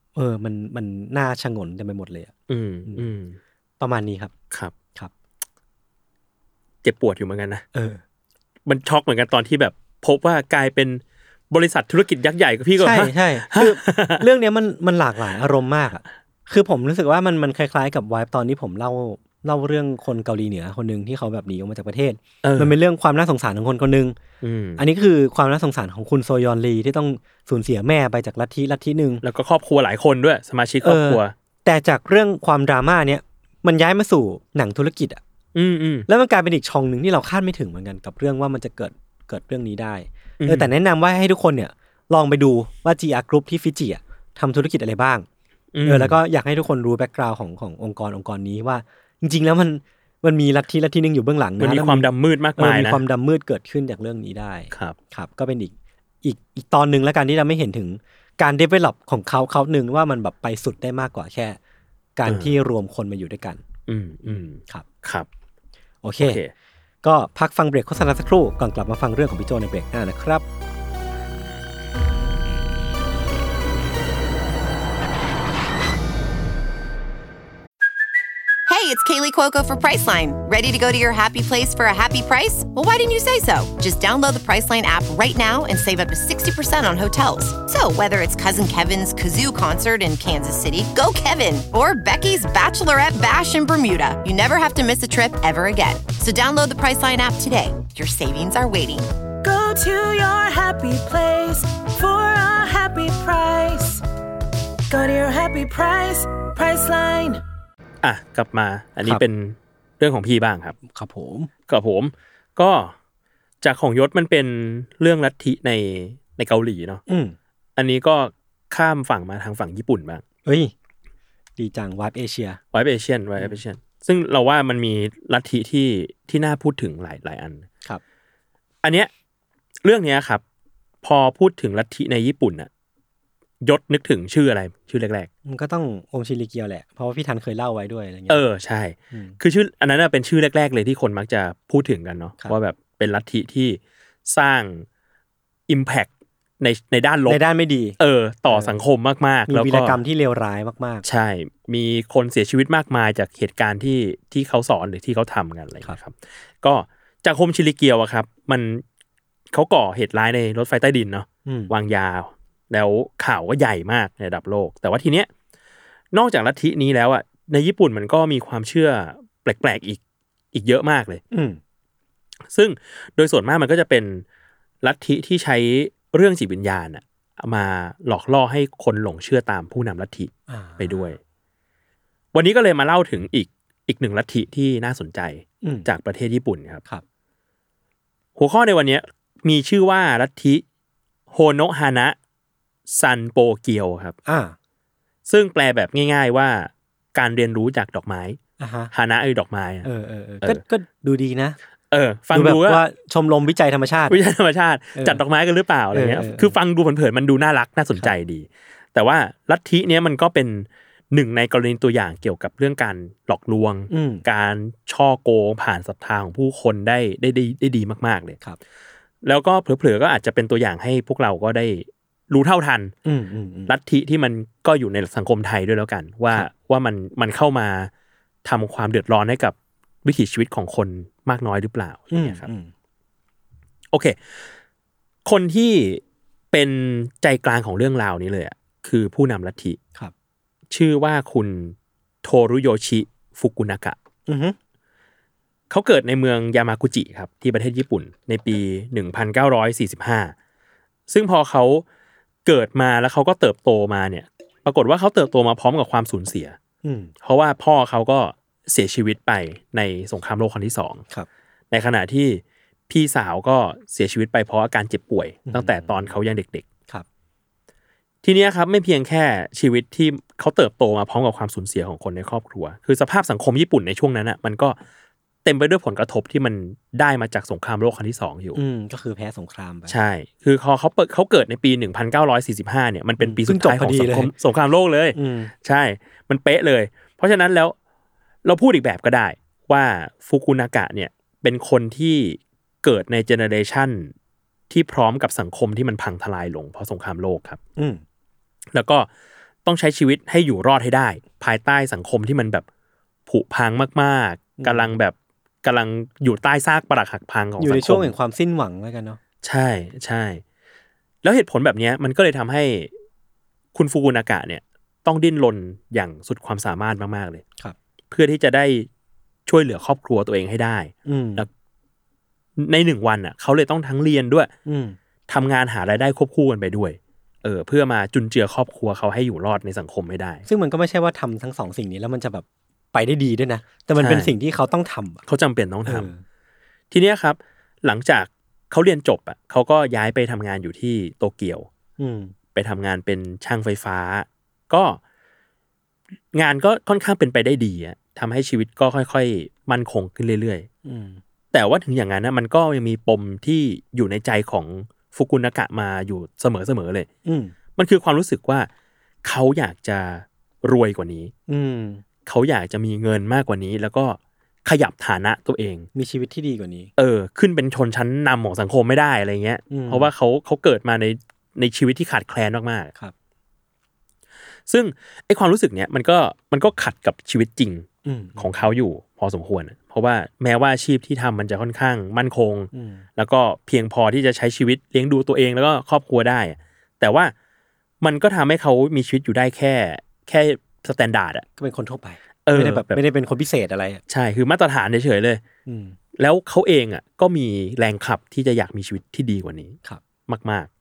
Speaker 3: มันน่าชงนเต็มไปหมดเลยอ่ะประมาณนี้ครับ
Speaker 5: ครับ
Speaker 3: ครับ
Speaker 5: เจ็บปวดอยู่เหมือนกันนะมันช็อกเหมือนกันตอนที่แบบพบว่ากลายเป็นบริษัทธุรกิจยักษ์ใหญ่กับพี่ก็
Speaker 3: ใช่คือเรื่องนี้มันหลากหลายอารมณ์มากอ่ะคือผมรู้สึกว่ามันคล้ายๆกับไวบ์ตอนที่ผมเล่าเรื่องคนเกาหลีเหนือคนนึงที่เขาแบบหนีออกมาจากประเทศมันเป็นเรื่องความน่าสงสารของคนนึงอันนี้คือความน่าสงสารของคุณโซยอนลีที่ต้องสูญเสียแม่ไปจากลัทธินึง
Speaker 5: แล้วก็ครอบครัวหลายคนด้วยสมาชิกครอบครัว
Speaker 3: แต่จากเรื่องความดราม่าเนี้ยมันย้ายมาสู่หนังธุรกิจอ่ะแล้วมันกลายเป็นอีกช่องนึงที่เราคาดไม่ถึงเหมือนกันกับเรื่องว่ามันจะเกิดเรื่องนี้ได้แต่แนะนำว่าให้ทุกคนเนี่ยลองไปดูว่า GR Group ที่ฟิจิอ่ะทำธุรกิจอะไรบ้างแล้วก็อยากให้ทุกคนรู้แบ็คกราวด์ขององค์กรนี้ว่าจริงๆแล้วมันมีลัทธินึงอยู่เบื้องหลังนะ
Speaker 5: มันมีความดำมืดมากมายนะ
Speaker 3: มีความดำมืดเกิดขึ้นจากเรื่องนี้ได้ครับก็เป็นอีกตอนนึงแล้วกันที่เราไม่เห็นถึงการ develop ของเขานึงว่ามันแบบไปสุดได้มากกว่าแค่การที่รวมคนมาอยู่ด้วยกัน
Speaker 5: ครับ
Speaker 3: โอเคก็พักฟังเบรกโฆษณาสักครู่ก่อนกลับมาฟังเรื่องของพี่โจในเบรกหน้านะครับ
Speaker 6: Hey, it's Kaylee Cuoco for Priceline. Ready to go to your happy place for a happy price? Well, why didn't you say so? Just download the Priceline app right now and save up to 60% on hotels. So whether it's Cousin Kevin's Kazoo Concert in Kansas City, go Kevin, or Becky's Bachelorette Bash in Bermuda, you never have to miss a trip ever again. So download the Priceline app today. Your savings are waiting.
Speaker 7: Go to your happy place for a happy price. Go to your happy price, Priceline.
Speaker 5: กลับมาอันนี้เป็นเรื่องของพี่บ้างครับ
Speaker 3: ครับผม
Speaker 5: ก็จากของยศมันเป็นเรื่องลัทธิในเกาหลีเนาะอันนี้ก็ข้ามฝั่งมาทางฝั่งญี่ปุ่นบ้าง
Speaker 3: เฮ้ยดีจังวายเอเชีย
Speaker 5: ซึ่งเราว่ามันมีลัทธิที่น่าพูดถึงหลายอัน
Speaker 3: ครับ
Speaker 5: อันเนี้ยเรื่องเนี้ยครับพอพูดถึงลัทธิในญี่ปุ่นน่ะยศนึกถึงชื่ออะไรชื่อแรก
Speaker 3: ๆมันก็ต้ององค์ชิริเกียวแหละเพราะว่าพี่ทันเคยเล่าไว้ด้วยอะไรเงี้
Speaker 5: ยใช่คือชื่ออันนั้นเป็นชื่อแรกๆเลยที่คนมักจะพูดถึงกันเนาะว่าแบบเป็นลัทธิที่สร้าง impact ในด้านลบ
Speaker 3: ในด้านไม่ดี
Speaker 5: ต่อสังคมมากๆ
Speaker 3: แล้วก็มีวีรกรรมที่เลวร้ายมาก
Speaker 5: ๆใช่มีคนเสียชีวิตมากมายจากเหตุการณ์ที่เขาสอนหรือที่เขาทำกันอะไรครับก็จากโฮมชิริเกียวอะครับมันเขาก่อเหตุร้ายในรถไฟใต้ดินเนาะวางยาแล้วข่าวก็ใหญ่มากในระดับโลกแต่ว่าทีเนี้ยนอกจากลัทธินี้แล้วอ่ะในญี่ปุ่นมันก็มีความเชื่อแปลกๆอีกเยอะมากเลยซึ่งโดยส่วนมากมันก็จะเป็นลัทธิที่ใช้เรื่องจิตวิญญาณอ่ะมาหลอกล่อให้คนหลงเชื่อตามผู้นำลัทธิไปด้วยวันนี้ก็เลยมาเล่าถึงอีกหนึ่งลัทธิที่น่าสนใจจากประเทศญี่ปุ่นครับหัวข้อในวันนี้มีชื่อว่าลัทธิโฮโนะฮานะซันโปเกียวครับซึ่งแปลแบบง่ายๆว่าการเรียนรู้จากดอกไม้ฮานะดอกไม้
Speaker 3: ก็ดูดีนะ
Speaker 5: ฟังดู
Speaker 3: ว่าชมรมวิจัยธรรมชาติ
Speaker 5: จัดดอกไม้กันหรือเปล่าอะไรเงี้ยคือฟังดูเผินๆมันดูน่ารักน่าสนใจดีแต่ว่าลัทธิเนี้ยมันก็เป็นหนึ่งในกรณีตัวอย่างเกี่ยวกับเรื่องการหลอกลวงการช่อโกงผ่านศรัทธาของผู้คนได้ดีมากๆเลย
Speaker 3: ครับ
Speaker 5: แล้วก็เผลอๆก็อาจจะเป็นตัวอย่างให้พวกเราก็ได้รู้เท่าทันลัทธิที่มันก็อยู่ในสังคมไทยด้วยแล้วกันว่ามันเข้ามาทำความเดือดร้อนให้กับวิถีชีวิตของคนมากน้อยหรือเปล่าเนี่ยครับโอเคคนที่เป็นใจกลางของเรื่องราวนี้เลยอ่ะคือผู้นำลัทธิชื่อว่าคุณโทรุโยชิฟุกุนากะเขาเกิดในเมืองยามากุจิครับที่ประเทศญี่ปุ่นในปี1945ซึ่งพอเขาเกิดมาแล้วเขาก็เติบโตมาเนี่ยปรากฏว่าเขาเติบโตมาพร้อมกับความสูญเสียเพราะว่าพ่อเขาก็เสียชีวิตไปในสงครามโลกครั้งที่2
Speaker 3: ครับ
Speaker 5: ในขณะที่พี่สาวก็เสียชีวิตไปเพราะอาการเจ็บป่วยตั้งแต่ตอนเขายังเด็ก
Speaker 3: ๆครับ
Speaker 5: ทีนี้ครับไม่เพียงแค่ชีวิตที่เขาเติบโตมาพร้อมกับความสูญเสียของคนในครอบครัวคือสภาพสังคมญี่ปุ่นในช่วงนั้นน่ะมันก็เต็มไปด้วยผลกระทบที่มันได้มาจากสงครามโลกครั้งที่2อยู่
Speaker 3: ก็คือแพ้สงครามไป
Speaker 5: ใช่คือเขาเกิดในปี1945เนี่ยมันเป็นปีสุดท้ายของสงครามโลกเลยใช่มันเป๊ะเลยเพราะฉะนั้นแล้วเราพูดอีกแบบก็ได้ว่าฟุกุนากะเนี่ยเป็นคนที่เกิดในเจเนอเรชันที่พร้อมกับสังคมที่มันพังทลายลงเพราะสงครามโลกครับแล้วก็ต้องใช้ชีวิตให้อยู่รอดให้ได้ภายใต้สังคมที่มันแบบผุพังมากๆกำลังอยู่ใต้ซากปรักหักพังของสังคม
Speaker 3: อยู่ในช่วงแห่งความสิ้นหวังแล้วกันเนาะ
Speaker 5: ใช่ใช่แล้วเหตุผลแบบนี้มันก็เลยทำให้คุณฟูกุนากะเนี่ยต้องดิ้นรนอย่างสุดความสามารถมากๆเลย
Speaker 3: ครับ
Speaker 5: เพื่อที่จะได้ช่วยเหลือครอบครัวตัวเองให้ได้แล้วใน1 วันอ่ะเขาเลยต้องทั้งเรียนด้วยทำงานหารายได้ควบคู่กันไปด้วยเพื่อมาจุนเจือครอบครัวเขาให้อยู่รอดในสังคมไม่ได้
Speaker 3: ซึ่งมันก็ไม่ใช่ว่าทำทั้ง2สิ่งนี้แล้วมันจะแบบไปได้ดีด้วยนะแต่มันเป็นสิ่งที่เขาต้องทำ
Speaker 5: เขาจำเป็นต้องทำทีเนี้ยครับหลังจากเขาเรียนจบอ่ะเขาก็ย้ายไปทำงานอยู่ที่โตเกียวไปทำงานเป็นช่างไฟฟ้าก็งานก็ค่อนข้างเป็นไปได้ดีอ่ะทำให้ชีวิตก็ค่อยๆมั่นคงขึ้นเรื่อยๆแต่ว่าถึงอย่างนั้นนะมันก็ยังมีปมที่อยู่ในใจของฟุกุนากะมาอยู่เสมอๆเลยมันคือความรู้สึกว่าเขาอยากจะรวยกว่านี้เขาอยากจะมีเงินมากกว่านี้แล้วก็ขยับฐานะตัวเอง
Speaker 3: มีชีวิตที่ดีกว่านี้
Speaker 5: ขึ้นเป็นชนชั้นนำของสังคมไม่ได้อะไรเงี้ยเพราะว่าเขาเกิดมาในชีวิตที่ขาดแคลนมากๆ
Speaker 3: ครับ
Speaker 5: ซึ่งไอ้ความรู้สึกเนี้ยมันก็ขัดกับชีวิตจริงของเขาอยู่พอสมควรเพราะว่าแม้ว่าอาชีพที่ทำมันจะค่อนข้างมั่นคงแล้วก็เพียงพอที่จะใช้ชีวิตเลี้ยงดูตัวเองแล้วก็ครอบครัวได้แต่ว่ามันก็ทำให้เขามีชีวิตอยู่ได้แค่สแตนดาร์ดอ่ะ
Speaker 3: ก็เป็นคนทั่วไปไม่ได้เป็นคนพิเศษอะไร
Speaker 5: ใช่คือมาตรฐานเฉยๆเลยแล้วเขาเองอ่ะก็มีแรงขับที่จะอยากมีชีวิตที่ดีกว่านี้มาก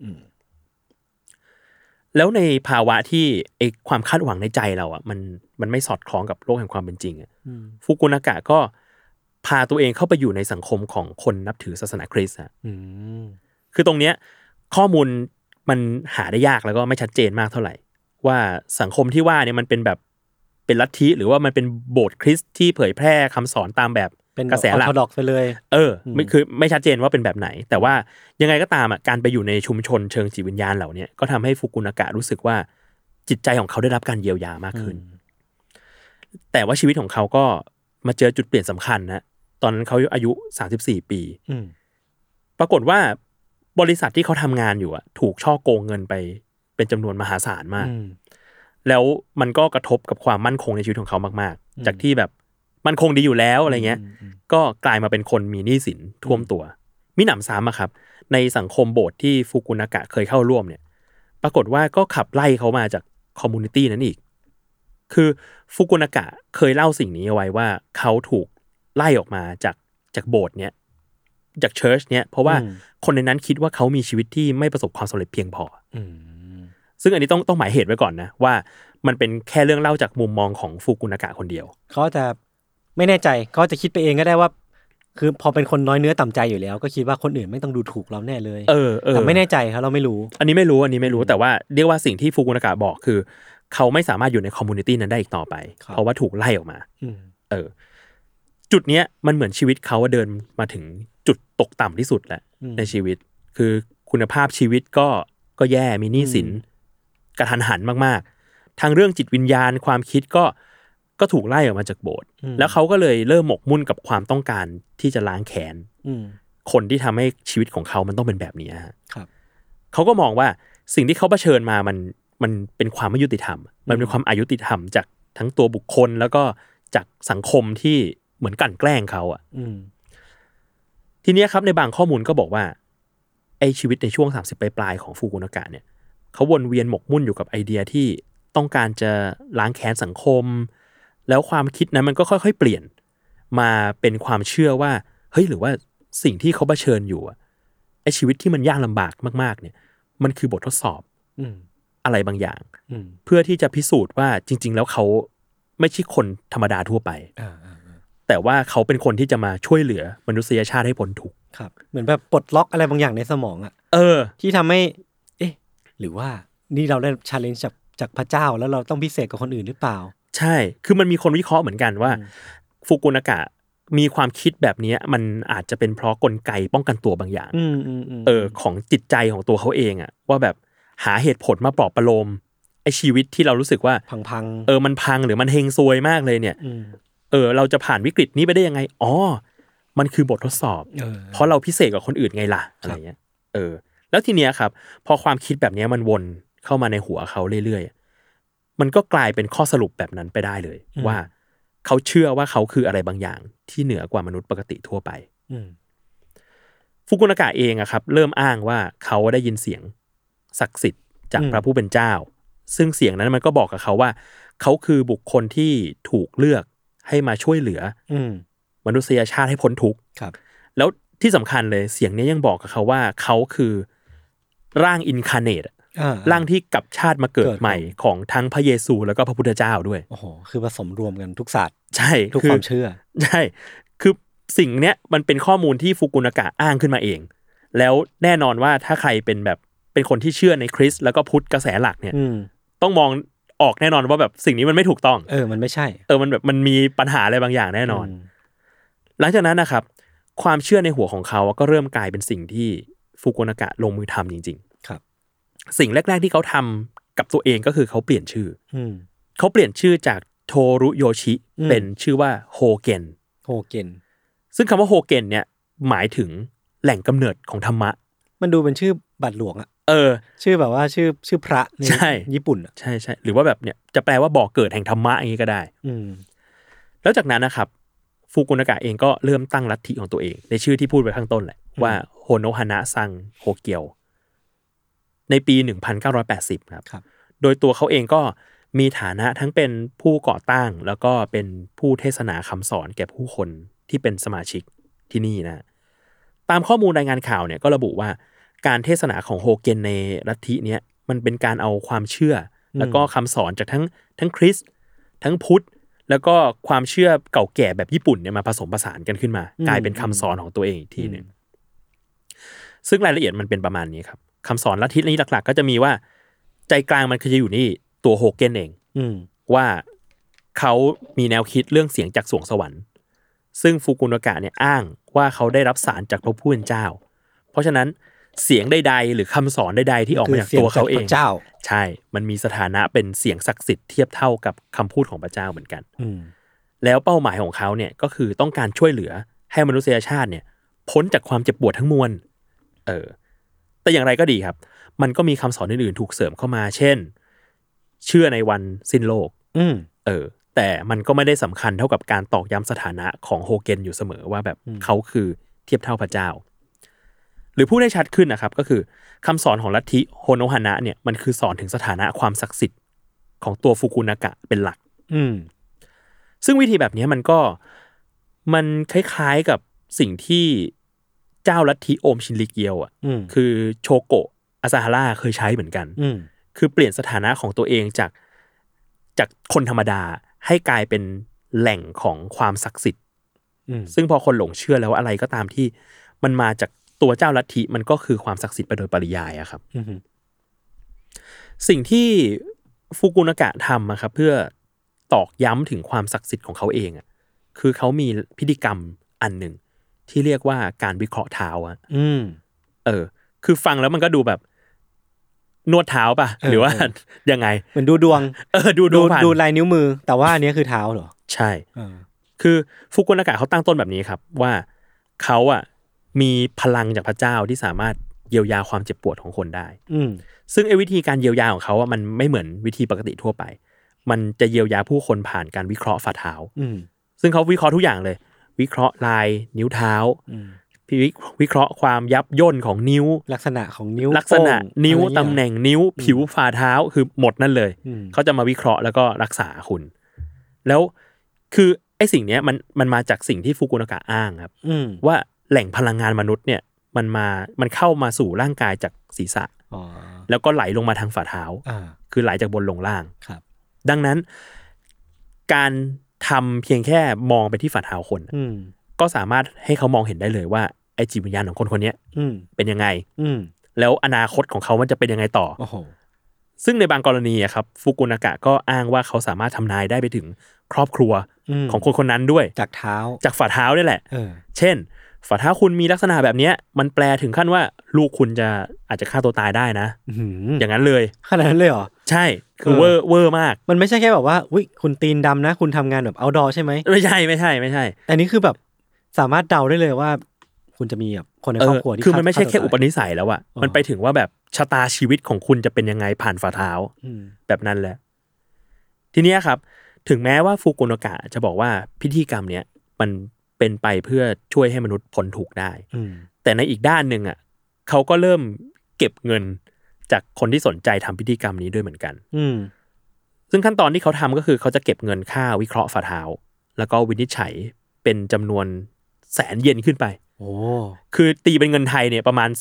Speaker 5: ๆแล้วในภาวะที่ไอ้ความคาดหวังในใจเราอ่ะมันไม่สอดคล้องกับโลกแห่งความเป็นจริงอ่ะฟุกุนากะก็พาตัวเองเข้าไปอยู่ในสังคมของคนนับถือศาสนาคริสต์อ่ะคือตรงเนี้ยข้อมูลมันหาได้ยากแล้วก็ไม่ชัดเจนมากเท่าไหร่ว่าสังคมที่ว่าเนี่ยมันเป็นแบบเป็นลัทธิหรือว่ามันเป็นโบสถ์คริสต์ที่เผยแพร่คำสอนตามแบบกระแสหลัก
Speaker 3: ออร์โธดอกซ์ไปเลย
Speaker 5: ไม่ชัดเจนว่าเป็นแบบไหนแต่ว่ายังไงก็ตามอ่ะการไปอยู่ในชุมชนเชิงจิตวิญญาณเหล่านี้ก็ทำให้ฟุกุนากะรู้สึกว่าจิตใจของเขาได้รับการเยียวยามากขึ้นแต่ว่าชีวิตของเขาก็มาเจอจุดเปลี่ยนสำคัญนะตอนนั้นเขาอายุ34 ปีปรากฏว่าบริษัทที่เขาทำงานอยู่อ่ะถูกช่อโกงเงินไปเป็นจำนวนมหาศาลมากแล้วมันก็กระทบกับความมั่นคงในชีวิตของเขามากๆจากที่แบบมั่นคงดีอยู่แล้วอะไรเงี้ยก็กลายมาเป็นคนมีหนี้สินท่วมตัวมิหนำซ้ำอะครับในสังคมโบสถ์ที่ฟุกุนากะเคยเข้าร่วมเนี่ยปรากฏว่าก็ขับไล่เขามาจากคอมมูนิตี้นั้นอีกคือฟุกุนากะเคยเล่าสิ่งนี้เอาไว้ว่าเขาถูกไล่ออกมาจากโบสถ์เนี้ยจากเชิร์ชเนี้ยเพราะว่าคนในนั้นคิดว่าเขามีชีวิตที่ไม่ประสบความสำเร็จเพียงพอซึ่งอันนี้ต้องหมายเหตุไว้ก่อนนะว่ามันเป็นแค่เรื่องเล่าจากมุมมองของฟุกุนากะคนเดียว
Speaker 3: เขาจะไม่แน่ใจเขาจะคิดไปเองก็ได้ว่าคือพอเป็นคนน้อยเนื้อต่ำใจอยู่แล้วก็คิดว่าคนอื่นไม่ต้องดูถูกเราแน่เลยแต่ไม่แน่ใจครับเราไม่รู้
Speaker 5: อันนี้ไม่รู้แต่ว่าเรียกว่าสิ่งที่ฟุกุนากะบอกคือเขาไม่สามารถอยู่ในคอมมูนิตี้นั้นได้อีกต่อไปเพราะว่าถูกไล่ออกมาจุดเนี้ยมันเหมือนชีวิตเขาเดินมาถึงจุดตกต่ำที่สุดแล้วในชีวิตคือคุณภาพชีวิตก็แย่มีหนี้สินกระทันหันมากๆทางเรื่องจิตวิญญาณความคิดก็ถูกไล่ออกมาจากโบสถ์แล้วเขาก็เลยเริ่มหมกมุ่นกับความต้องการที่จะล้างแค้นคนที่ทำให้ชีวิตของเขามันต้องเป็นแบบนี้
Speaker 3: ครับ
Speaker 5: เขาก็มองว่าสิ่งที่เขาเผชิญมามันเป็นความไม่ยุติธรรมมันเป็นความอายุติธรรมจากทั้งตัวบุคคลแล้วก็จากสังคมที่เหมือนกลั่นแกล้งเขาอ่ะทีนี้ครับในบางข้อมูลก็บอกว่าไอ้ชีวิตในช่วง30ปลายของฟุกุนากะเนี่ยเขาวนเวียนหมกมุ่นอยู่กับไอเดียที่ต้องการจะล้างแค้นสังคมแล้วความคิดนั้นมันก็ค่อยๆเปลี่ยนมาเป็นความเชื่อว่าเฮ้ยหรือว่าสิ่งที่เขาเผชิญอยู่ไอ้ชีวิตที่มันยากลำบากมากๆเนี่ยมันคือบททดสอบอะไรบางอย่างเพื่อที่จะพิสูจน์ว่าจริงๆแล้วเขาไม่ใช่คนธรรมดาทั่วไปแต่ว่าเขาเป็นคนที่จะมาช่วยเหลือมนุษยชาติให้พ้นทุกข์
Speaker 3: ครับเหมือนแบบปลดล็อกอะไรบางอย่างในสมองอ่ะที่ทำให้หรือว่านี่เราได้ challenge จากพระเจ้าแล้วเราต้องพิเศษกว่าคนอื่นหรือเปล่า
Speaker 5: ใช่คือมันมีคนวิเคราะห์เหมือนกันว่าฟุกุนากะมีความคิดแบบนี้มันอาจจะเป็นเพราะกลไกป้องกันตัวบางอย่างของจิตใจของตัวเขาเองอ่ะว่าแบบหาเหตุผลมาปลอบประโลมไอ้ชีวิตที่เรารู้สึกว่า
Speaker 3: พัง
Speaker 5: มันพังหรือมันเฮงซวยมากเลยเนี่ยเราจะผ่านวิกฤตนี้ไปได้ยังไงมันคือบททดสอบเพราะเราพิเศษกว่าคนอื่นไงล่ะอะไรเงี้ยแล้วทีเนี้ยครับพอความคิดแบบนี้มันวนเข้ามาในหัวเขาเรื่อยๆมันก็กลายเป็นข้อสรุปแบบนั้นไปได้เลยว่าเขาเชื่อว่าเขาคืออะไรบางอย่างที่เหนือกว่ามนุษย์ปกติทั่วไปฟุกุนากะเองอะครับเริ่มอ้างว่าเขาได้ยินเสียงศักดิ์สิทธิ์จากพระผู้เป็นเจ้าซึ่งเสียงนั้นมันก็บอกกับเขาว่าเขาคือบุคคลที่ถูกเลือกให้มาช่วยเหลือมนุษยชาติให้พ้นทุกข์แล้วที่สำคัญเลยเสียงนี้ยังบอกกับเขาว่าเขาคือร่างอินคาร์เนตร่างที่กลับชาติมาเกิดใหม่ของทั้งพระเยซูแล้วก็พระพุทธเจ้าด้วย
Speaker 3: โอ้โหคือผสมรวมกันทุกศาสตร์
Speaker 5: ใช่
Speaker 3: ทุกความเชื่อ
Speaker 5: ใช่คือสิ่งเนี้ยมันเป็นข้อมูลที่ฟุกุนากะอ้างขึ้นมาเองแล้วแน่นอนว่าถ้าใครเป็นคนที่เชื่อในคริสต์แล้วก็พุทธกระแสหลักเนี่ยต้องมองออกแน่นอนว่าแบบสิ่งนี้มันไม่ถูกต้อง
Speaker 3: มันไม่ใช่
Speaker 5: มันแบบมันมีปัญหาอะไรบางอย่างแน่นอนหลังจากนั้นนะครับความเชื่อในหัวของเขาก็เริ่มกลายเป็นสิ่งที่ฟุกุนากะลงมือทำจริงๆครับสิ่งแรกๆที่เขาทำกับตัวเองก็คือเขาเปลี่ยนชื่อเขาเปลี่ยนชื่อจากโทรุโยชิเป็นชื่อว่าโฮเกนซึ่งคำว่าโฮเกนเนี่ยหมายถึงแหล่งกำเนิดของธรรมะ
Speaker 3: มันดูเป็นชื่อบาทหลวงอะชื่อแบบว่าชื่อพระในญี่ปุ่น
Speaker 5: ใช่ใช่หรือว่าแบบเนี่ยจะแปลว่าบ่อเกิดแห่งธรรมะอย่างนี้ก็ได้แล้วจากนั้นนะครับฟุกุนากะเองก็เริ่มตั้งลัทธิของตัวเองในชื่อที่พูดไปข้างต้นแหละว่าโฮโนฮานะซังโฮเกียวในปี 1980 ครับโดยตัวเขาเองก็มีฐานะทั้งเป็นผู้ก่อตั้งแล้วก็เป็นผู้เทศนาคำสอนแก่ผู้คนที่เป็นสมาชิกที่นี่นะตามข้อมูลรายงานข่าวเนี่ยก็ระบุว่าการเทศนาของโฮเกนในลัทธิเนี้ยมันเป็นการเอาความเชื่อแล้วก็คำสอนจากทั้งคริสต์ทั้งพุทธแล้วก็ความเชื่อเก่าแก่แบบญี่ปุ่นเนี่ยมาผสมผสานกันขึ้นมากลายเป็นคำสอนของตัวเองอีกทีนึงซึ่งรายละเอียดมันเป็นประมาณนี้ครับคำสอนลัทธินี้หลักๆก็จะมีว่าใจกลางมันคือจะอยู่นี่ตัวโฮเกนเองว่าเขามีแนวคิดเรื่องเสียงจากสวงสวรรค์ซึ่งฟุกุนากะเนี่ยอ้างว่าเขาได้รับสารจากพระผู้เป็นเจ้าเพราะฉะนั้นเสียงใดๆหรือคำสอนใดๆที่ออกมาจากตัวเขาเองใช่มันมีสถานะเป็นเสียงศักดิ์สิทธิ์เทียบเท่ากับคำพูดของพระเจ้าเหมือนกันแล้วเป้าหมายของเขาเนี่ยก็คือต้องการช่วยเหลือให้มนุษยชาติเนี่ยพ้นจากความเจ็บปวดทั้งมวลแต่อย่างไรก็ดีครับมันก็มีคำสอนอื่นๆถูกเสริมเข้ามาเช่นเชื่อในวันสิ้นโลกแต่มันก็ไม่ได้สำคัญเท่ากับการตอกย้ำสถานะของโฮเกนอยู่เสมอว่าแบบเขาคือเทียบเท่าพระเจ้าหรือพูดได้ชัดขึ้นนะครับก็คือคำสอนของลัทธิโฮโนฮานะเนี่ยมันคือสอนถึงสถานะความศักดิ์สิทธิ์ของตัวฟุกุนากะเป็นหลักซึ่งวิธีแบบนี้มันคล้ายๆกับสิ่งที่เจ้าลัทธิโอมชินริเกียวคือโชโกะอาซาฮาระเคยใช้เหมือนกันคือเปลี่ยนสถานะของตัวเองจากคนธรรมดาให้กลายเป็นแหล่งของความศักดิ์สิทธิ์ซึ่งพอคนหลงเชื่อแล้วอะไรก็ตามที่มันมาจากตัวเจ้าลัทธิมันก็คือความศักดิ์สิทธิ์ไปโดยปริยายอะครับสิ่งที่ฟุกุนากะทำครับเพื่อตอกย้ำถึงความศักดิ์สิทธิ์ของเขาเองคือเขามีพิธีกรรมอันหนึ่งที่เรียกว่าการวิเคราะห์เท้าคือฟังแล้วมันก็ดูแบบนวดเท้าป่ะหรือว่ายังไง
Speaker 3: เหมือนดูดวงดูลายนิ้วมือแต่ว่าอันนี้คือเท้าเหรอ
Speaker 5: ใช่คือฟุกุนากะเขาตั้งต้นแบบนี้ครับว่าเขามีพลังจากพระเจ้าที่สามารถเยียวยาความเจ็บปวดของคนได้ซึ่งวิธีการเยียวยาของเขามันไม่เหมือนวิธีปกติทั่วไปมันจะเยียวยาผู้คนผ่านการวิเคราะห์ฝ่าเท้าซึ่งเขาวิเคราะห์ทุกอย่างเลยวิเคราะห์ลายนิ้วเท้าวิเคราะห์ความยับย่นของนิ้ว
Speaker 3: ลักษณะของนิ้ว
Speaker 5: ลักษณะนิ้วตำแหน่งนิ้วผิวฝ่าเท้าคือหมดนั่นเลยเขาจะมาวิเคราะห์แล้วก็รักษาคุณแล้วคือไอ้สิ่งนี้มันมาจากสิ่งที่ฟุกุนากะอ้างครับว่าแหล่งพลังงานมนุษย์เนี่ยมันเข้ามาสู่ร่างกายจากศีรษะแล้วก็ไหลลงมาทางฝ่าเท้าคือไหลจากบนลงล่างดังนั้นการทำเพียงแค่มองไปที่ฝ่าเท้าคนก็สามารถให้เขามองเห็นได้เลยว่าไอ้จิตวิญญาณของคนคนนี้เป็นยังไงแล้วอนาคตของเขามันจะเป็นยังไงต่อซึ่งในบางกรณีครับฟุกุนากะก็อ้างว่าเขาสามารถทำนายได้ไปถึงครอบครัวของคนคนนั้นด้วย
Speaker 3: จากเท้า
Speaker 5: จากฝ่าเท้านี่แหละเช่นฝ่าเท้าคุณมีลักษณะแบบนี้มันแปลถึงขั้นว่าลูกคุณอาจจะฆ่าตัวตายได้นะอย่างนั้นเลย
Speaker 3: ขนาดนั้นเลยเหรอ
Speaker 5: ใช่คือเวอร์มาก
Speaker 3: มันไม่ใช่แค่แบบว่าอุ๊ยคุณตีนดำนะคุณทำงานแบบเอาท์ดอร์ใช่ไหม
Speaker 5: ไม่ใช่
Speaker 3: แต่นี่คือแบบสามารถเดาได้เลยว่าคุณจะมีแบบคนในครอบครัวที่
Speaker 5: คือมันไม่ใช่แค่อุปนิสัยแล้วอะมันไปถึงว่าแบบชะตาชีวิตของคุณจะเป็นยังไงผ่านฝ่าเท้าแบบนั้นแหละทีนี้ครับถึงแม้ว่าฟุกุโนะกะจะบอกว่าพิธีกรรมเนี้ยมันเป็นไปเพื่อช่วยให้มนุษย์พ้นทุกข์ได้แต่ในอีกด้านนึงอ่ะเขาก็เริ่มเก็บเงินจากคนที่สนใจทำพิธีกรรมนี้ด้วยเหมือนกันซึ่งขั้นตอนที่เขาทำก็คือเขาจะเก็บเงินค่าวิเคราะห์ฝ่าเท้าแล้วก็วินิจฉัยเป็นจำนวน100,000 เยนขึ้นไปโอ้คือตีเป็นเงินไทยเนี่ยประมาณ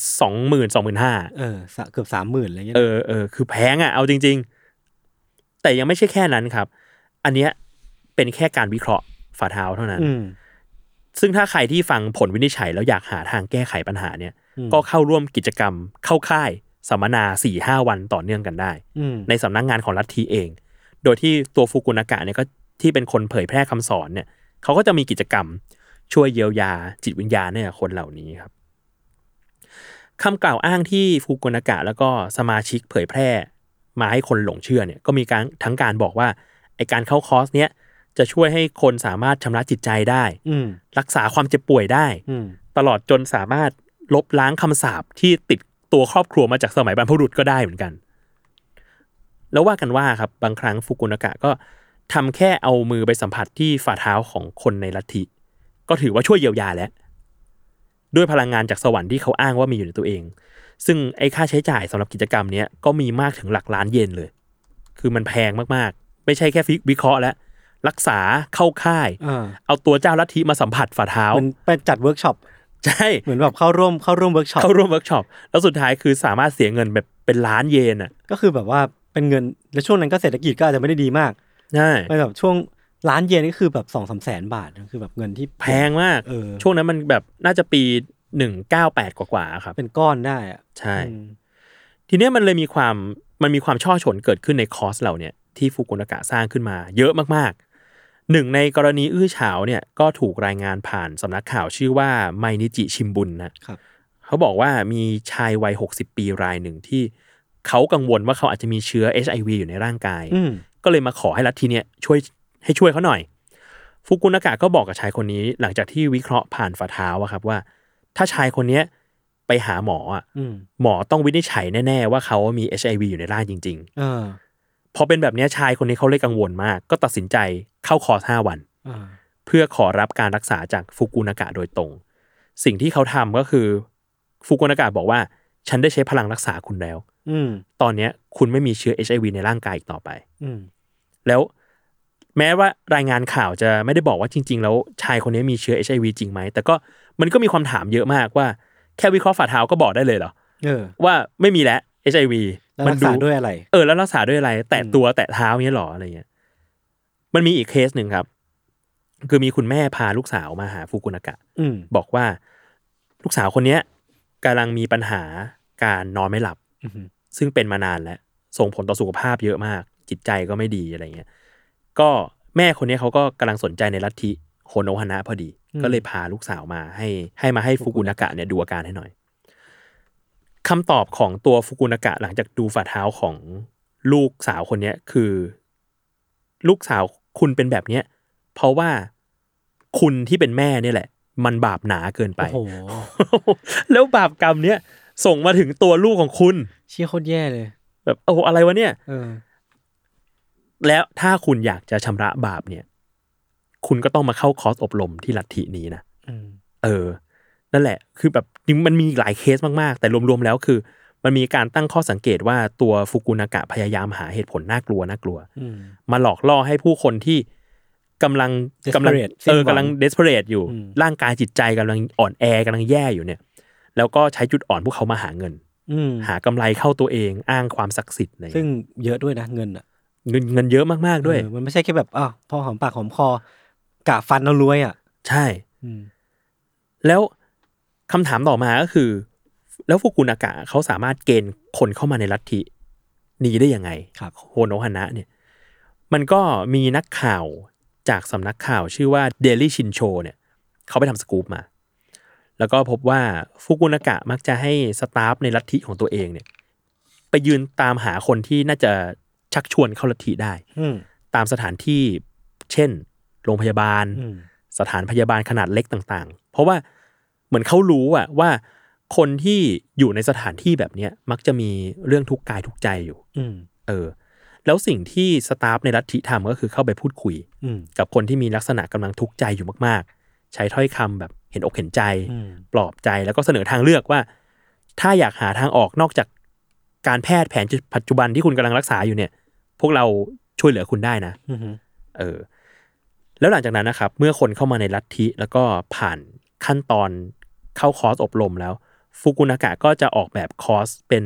Speaker 5: 20,000-25,000
Speaker 3: เกือบ 30,000 อะไรเงี้ย
Speaker 5: คือแพงอ่ะเอาจริงๆแต่ยังไม่ใช่แค่นั้นครับอันเนี้ยเป็นแค่การวิเคราะห์ฝ่าเท้าเท่านั้นซึ่งถ้าใครที่ฟังผลวินิจฉัยแล้วอยากหาทางแก้ไขปัญหาเนี่ยก็เข้าร่วมกิจกรรมเข้าค่ายสัมมนา 4-5 วันต่อเนื่องกันได้ในสำนักงานของลัทธิเองโดยที่ตัวฟุกุโนะกะเนี่ยก็ที่เป็นคนเผยแพร่คำสอนเนี่ยเขาก็จะมีกิจกรรมช่วยเยียวยาจิตวิญญาณให้กับคนเหล่านี้ครับคำกล่าวอ้างที่ฟุกุโนะกะแล้วก็สมาชิกเผยแพร่มาให้คนหลงเชื่อเนี่ยก็มีการบอกว่าไอการเข้าคอร์สเนี้ยจะช่วยให้คนสามารถชำระจิตใจได้รักษาความเจ็บป่วยได้ตลอดจนสามารถลบล้างคำสาปที่ติดตัวครอบครัวมาจากสมัยบรรพบุรุษก็ได้เหมือนกันแล้วว่ากันว่าครับบางครั้งฟุกุโนะกะก็ทำแค่เอามือไปสัมผัสที่ฝ่าเท้าของคนในลัทธิก็ถือว่าช่วยเยียวยาแล้วด้วยพลังงานจากสวรรค์ที่เขาอ้างว่ามีอยู่ในตัวเองซึ่งไอ้ค่าใช้จ่ายสำหรับกิจกรรมนี้ก็มีมากถึงหลักล้านเยนเลยคือมันแพงมากๆไม่ใช่แค่วิเคราะห์แล้วรักษาเข้าค่ายเอาตัวเจ้าลัทธิมาสัมผัสฝ่าเท้า
Speaker 3: มันไปจัดเวิร์กช็อป
Speaker 5: ใช่
Speaker 3: เหมือนแบบเข้าร่วมเวิร์กช็อป
Speaker 5: แล้วสุดท้ายคือสามารถเสียเงินแบบเป็นล้านเยนอ่ะ
Speaker 3: ก็คือแบบว่าเป็นเงินแล้วช่วงนั้นก็เศรษฐกิจก็อาจจะไม่ได้ดีมาก
Speaker 5: ใช่
Speaker 3: ไม่แบบช่วงล้านเยนก็คือแบบ 2-3 แสนบาทคือแบบเงินที่
Speaker 5: แพงมากช่วงนั้นมันแบบน่าจะปี198กว่าๆครับ
Speaker 3: เป็นก้อนได้อ่ะ
Speaker 5: ใช่ทีเนี้ยมันเลยมีความช่อฉนเกิดขึ้นในคอร์สเหล่าเนี้ยที่ฟุกุโนะกะสร้างขึ้นมาเยอะมากๆหนึ่งในกรณีอื้อฉาวเนี่ยก็ถูกรายงานผ่านสำนักข่าวชื่อว่าไมนิจิชิมบุนนะครับเขาบอกว่ามีชายวัย60 ปีรายหนึ่งที่เขากังวลว่าเขาอาจจะมีเชื้อ HIV อยู่ในร่างกายก็เลยมาขอให้ลัทธิเนี่ยช่วยเขาหน่อยฟุกุโนะกะก็บอกกับชายคนนี้หลังจากที่วิเคราะห์ผ่านฝ่าเท้าอะครับว่าถ้าชายคนนี้ไปหาหมออ่ะหมอต้องวินิจฉัยแน่ๆว่าเขามี HIV อยู่ในร่างจริงๆพอเป็นแบบนี้ชายคนนี้เขาเลยกังวลมากก็ตัดสินใจเข้าคอร์ส5 วันเพื่อขอรับการรักษาจากฟุกุโนะกะโดยตรงสิ่งที่เขาทำก็คือฟุกุโนะกะบอกว่าฉันได้ใช้พลังรักษาคุณแล้วตอนนี้คุณไม่มีเชื้อ HIV ในร่างกายอีกต่อไปแล้วแม้ว่ารายงานข่าวจะไม่ได้บอกว่าจริงๆแล้วชายคนนี้มีเชื้อ HIV จริงไหมแต่ก็มันก็มีความถามเยอะมากว่าแค่วิเคราะห์ฝ่าเท้าก็บอกได้เลยเหรอว่าไม่มีแล้ว HIV
Speaker 3: มันรักษาด้วยอะไร
Speaker 5: แล้วรักษาด้วยอะไรแตะตัวแตะเท้าเงี้ยหรออะไรเงี้ยมันมีอีกเคสหนึ่งครับคือมีคุณแม่พาลูกสาวมาหาฟุกุโนะกะบอกว่าลูกสาวคนนี้กำลังมีปัญหาการนอนไม่หลับซึ่งเป็นมานานแล้วส่งผลต่อสุขภาพเยอะมากจิตใจก็ไม่ดีอะไรเงี้ยก็แม่คนนี้เขาก็กำลังสนใจในลัทธิโคโนะฮานะพอดีก็เลยพาลูกสาวมาให้ฟุกุโนะกะเนี่ยดูอาการให้หน่อยคำตอบของตัวฟุกุโนะกะหลังจากดูฝ่าเท้าของลูกสาวคนนี้คือลูกสาวคุณเป็นแบบเนี้ยเพราะว่าคุณที่เป็นแม่เนี่ยแหละมันบาปหนาเกินไป แล้วบาปกรรมเนี้ยส่งมาถึงตัวลูกของคุณ
Speaker 3: เชี่ยโคตรแย่เลย
Speaker 5: แบบอะไรวะเนี่ยแล้วถ้าคุณอยากจะชำระบาปเนี่ยคุณก็ต้องมาเข้าคอร์สอบรมที่ลัทธินี้นะนั่นแหละคือแบบมันมีหลายเคสมากๆแต่รวมๆแล้วคือมันมีการตั้งข้อสังเกตว่าตัวฟุกุโนะกะพยายามหาเหตุผลน่ากลัวมาหลอกล่อให้ผู้คนที่กำลัง desperate อยู่ร่างกายจิตใจกำลังอ่อนแอกำลังแย่อยู่เนี่ยแล้วก็ใช้จุดอ่อนพวกเขามาหาเงินหากำไรเข้าตัวเองอ้างความศักดิ์สิทธิ์อะไร
Speaker 3: ซึ่งเยอะด้วยนะเงินอ่ะ
Speaker 5: เงินเยอะมากๆด้วย
Speaker 3: มันไม่ใช่แค่แบบพอหอมปากหอมคอกะฟันเรารวยอ่ะ
Speaker 5: ใช่แล้วคำถามต่อมาก็คือแล้วฟุกุโนะกะเขาสามารถเกณฑ์คนเข้ามาในลัทธินี้ได้ยังไงโคโนะฮานะเนี่ยมันก็มีนักข่าวจากสำนักข่าวชื่อว่า Daily Shincho เนี่ยเขาไปทำสกู๊ปมาแล้วก็พบว่าฟุกุโนะกะมักจะให้สตาฟในลัทธิของตัวเองเนี่ยไปยืนตามหาคนที่น่าจะชักชวนเข้าลัทธิได้ตามสถานที่เช่นโรงพยาบาลสถานพยาบาลขนาดเล็กต่างๆเพราะว่าเหมือนเขารู้ว่าคนที่อยู่ในสถานที่แบบนี้มักจะมีเรื่องทุกข์กายทุกข์ใจอยู่แล้วสิ่งที่สตาฟในลัทธิทำก็คือเข้าไปพูดคุยกับคนที่มีลักษณะกำลังทุกข์ใจอยู่มากๆใช้ถ้อยคำแบบเห็นอกเห็นใจปลอบใจแล้วก็เสนอทางเลือกว่าถ้าอยากหาทางออกนอกจากการแพทย์แผนปัจจุบันที่คุณกำลังรักษาอยู่เนี่ยพวกเราช่วยเหลือคุณได้นะแล้วหลังจากนั้นนะครับเมื่อคนเข้ามาในลัทธิแล้วก็ผ่านขั้นตอนเข้าคอร์สอบรมแล้วฟุกุนากะก็จะออกแบบคอร์สเป็น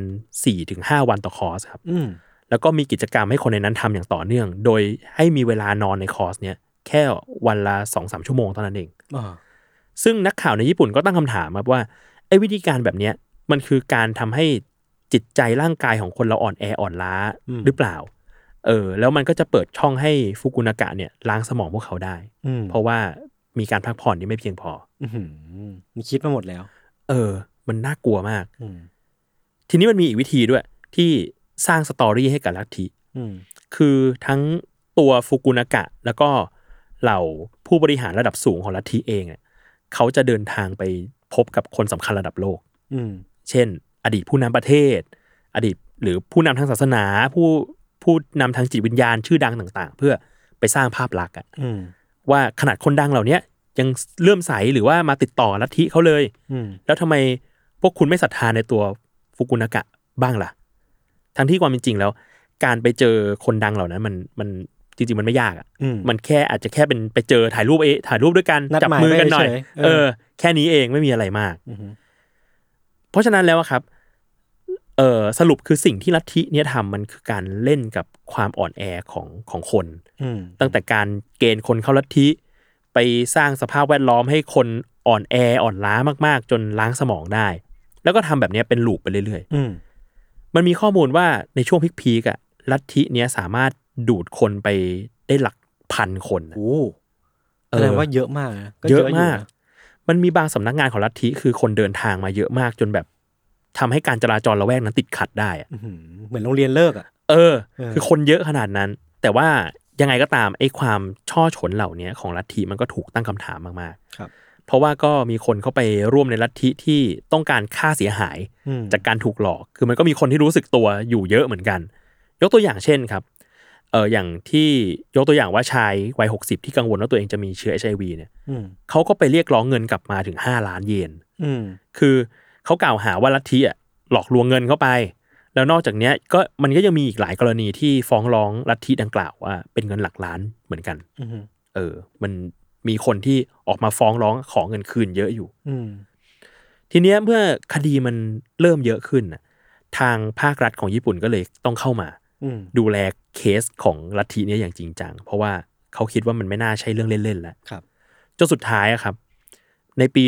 Speaker 5: 4-5 วันต่อคอร์สครับแล้วก็มีกิจกรรมให้คนในนั้นทำอย่างต่อเนื่องโดยให้มีเวลานอนในคอร์สเนี้ยแค่วันละ 2-3 ชั่วโมงเท่านั้นเองซึ่งนักข่าวในญี่ปุ่นก็ตั้งคำถามครับว่าไอ้วิธีการแบบเนี้ยมันคือการทำให้จิตใจร่างกายของคนเราอ่อนแออ่อนล้าหรือเปล่าแล้วมันก็จะเปิดช่องให้ฟุกุนากะเนี่ยล้างสมองพวกเขาได้เพราะว่ามีการพักผ่อนที่ไม่เพียงพอ
Speaker 3: มีคิดมาหมดแล้ว
Speaker 5: มันน่ากลัวมากทีนี้มันมีอีกวิธีด้วยที่สร้างสตอรี่ให้กับลัทธิคือทั้งตัวฟุกุนากะแล้วก็เหล่าผู้บริหารระดับสูงของลัทธิเองเขาจะเดินทางไปพบกับคนสำคัญระดับโลกเช่นอดีตผู้นำประเทศอดีตหรือผู้นำทางศาสนาผู้นำทางจิตวิญญาณชื่อดังต่างๆเพื่อไปสร้างภาพลักษณ์ว่าขนาดคนดังเหล่านี้ยังเลื่อมใสหรือว่ามาติดต่อลัทธิเขาเลยแล้วทำไมพวกคุณไม่ศรัทธาในตัวฟุกุนากะบ้างล่ะทั้งที่ความเป็นจริงแล้วการไปเจอคนดังเหล่านั้นมันจริงๆมันไม่ยากมันแค่อาจจะแค่เป็นไปเจอถ่ายรูปด้วยกันจับมือกันหน่อยแค่นี้เองไม่มีอะไรมากเพราะฉะนั้นแล้วครับสรุปคือสิ่งที่ลัทธิเนี่ยทำมันคือการเล่นกับความอ่อนแอของคนตั้งแต่การเกณฑ์คนเข้าลัทธิไปสร้างสภาพแวดล้อมให้คนอ่อนแออ่อนล้ามากๆจนล้างสมองได้แล้วก็ทำแบบนี้เป็นลูปไปเรื่อยๆมันมีข้อมูลว่าในช่วงพีคๆลัทธิเนี้ยสามารถดูดคนไปได้หลักพันคน
Speaker 3: แสดงว่าเยอะมากนะ
Speaker 5: เยอะมากมันมีบางสำนักงานของลัทธิคือคนเดินทางมาเยอะมากจนแบบทำให้การจราจรละแวกนั้นติดขัดได้
Speaker 3: เหมือนโรงเรียนเลิก
Speaker 5: คือคนเยอะขนาดนั้นแต่ว่ายังไงก็ตามไอ้ความช่อฉนเหล่านี้ของลัทธิมันก็ถูกตั้งคำถามมาก
Speaker 3: ๆครับ
Speaker 5: เพราะว่าก็มีคนเข้าไปร่วมในลัทธิที่ต้องการค่าเสียหายจากการถูกหลอกคือมันก็มีคนที่รู้สึกตัวอยู่เยอะเหมือนกันยกตัวอย่างเช่นครับอย่างที่ยกตัวอย่างว่าชายวัย60ที่กังวลว่าตัวเองจะมีเชื้อ HIV เนี่ยเขาก็ไปเรียกร้องเงินกลับมาถึง5 ล้านเยนคือเขากล่าวหาว่าลัทธิหลอกลวงเงินเข้าไปแล้วนอกจากนี้ก็มันก็ยังมีอีกหลายกรณีที่ฟ้องร้องลัทธิดังกล่าวว่าเป็นเงินหลักล้านเหมือนกันมันมีคนที่ออกมาฟ้องร้องขอเงินคืนเยอะอยู่ทีเนี้ยเมื่อคดีมันเริ่มเยอะขึ้นทางภาครัฐของญี่ปุ่นก็เลยต้องเข้ามาดูแลเคสของลัทธินี้อย่างจริงจังเพราะว่าเขาคิดว่ามันไม่น่าใช่เรื่องเล่นๆแล้วจนสุดท้ายครับในปี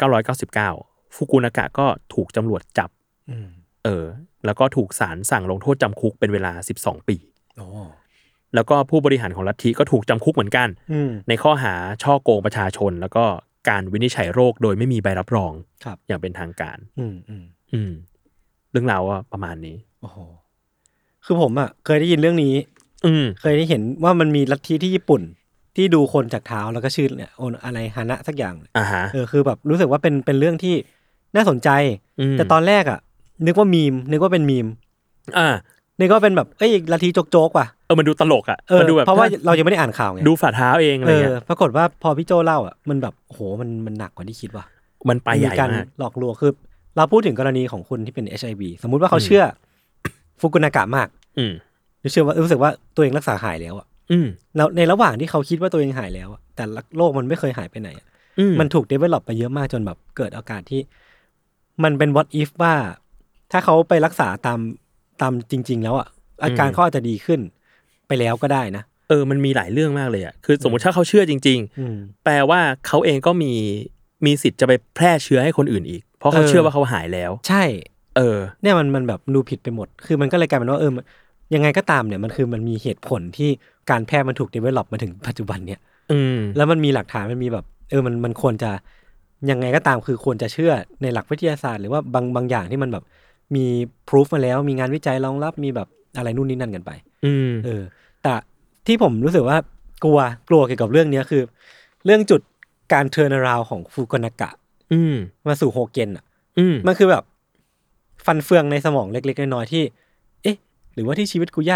Speaker 5: 1999ฟุกุนากะก็ถูกตำรวจจับแล้วก็ถูกศาลสั่งลงโทษจำคุกเป็นเวลา12 ปีแล้วก็ผู้บริหารของลัทธิก็ถูกจำคุกเหมือนกันในข้อหาฉ้อโกงประชาชนแล้วก็การวินิจฉัยโรคโดยไม่มีใบรับรองอย่างเป็นทางการเรื่องราวประมาณนี้
Speaker 3: คือผมเคยได้ยินเรื่องนี้เคยได้เห็นว่ามันมีลัทธิที่ญี่ปุ่นที่ดูคนจากเท้าแล้วก็ชื่อเนี่ยอะไรฮานะสักอย่างคือแบบรู้สึกว่าเป็นเรื่องที่น่าสนใจแต่ตอนแรกนึกว่ามีมนึกว่าเป็นมีมนึกว่าเป็นแบบลัทธิโจ๊กๆว่ะ
Speaker 5: มันดูตลกมันดูแบบ
Speaker 3: เพราะว่าเรายังไม่ได้อ่านข่าวไง
Speaker 5: ดูฝ่าเท้าเองอะไรเงี้ย
Speaker 3: ปรากฏว่าพอพี่โจเล่ามันแบบโหมันหนักกว่าที่คิดว่ะ
Speaker 5: มันไปใหญ่มาก
Speaker 3: หลอกลวงคือเราพูดถึงกรณีของคนที่เป็น HIV สมมุติว่าเขาเชื่อฟุกุนากะมากรู้สึกว่าตัวเองรักษาหายแล้วแล้วในระหว่างที่เขาคิดว่าตัวเองหายแล้วแต่โรคมันไม่เคยหายไปไหนมันถูก develop ไปเยอะมากจนแบบเกิดอาการที่มันเป็น what if ว่าถ้าเขาไปรักษาตามจริงๆแล้วอาการเขาอาจจะดีขึ้นไปแล้วก็ได้นะ
Speaker 5: มันมีหลายเรื่องมากเลยคือสมมติถ้าเขาเชื่อจริงๆแปลว่าเขาเองก็มีสิทธิ์จะไปแพร่เชื้อให้คนอื่นอีกเพราะเขาเชื่อว่าเขาหายแล้ว
Speaker 3: ใช่เนี่ยมันแบบดูผิดไปหมดคือมันก็เลยกลายเป็นว่ายังไงก็ตามเนี่ยมันคือมันมีเหตุผลที่การแพร่มันถูก develop มาถึงปัจจุบันเนี่ยแล้วมันมีหลักฐานมันมีแบบมันควรจะยังไงก็ตามคือควรจะเชื่อในหลักวิทยาศาสตร์หรือว่าบางอย่างที่มันแบบมีพิสูจมาแล้วมีงานวิจัยรองรับมีแบบอะไรนู่นนี่นั่นกันไปแต่ที่ผมรู้สึกว่ากลัวเกี่ยวกับเรื่องนี้คือเรื่องจุดการเทิร์นอราวด์ของฟุกุนากะมาสู่โฮเก็นมันคือแบบฟันเฟืองในสมองเล็กๆน้อยๆที่หรือว่าที่ชีวิตกูยาก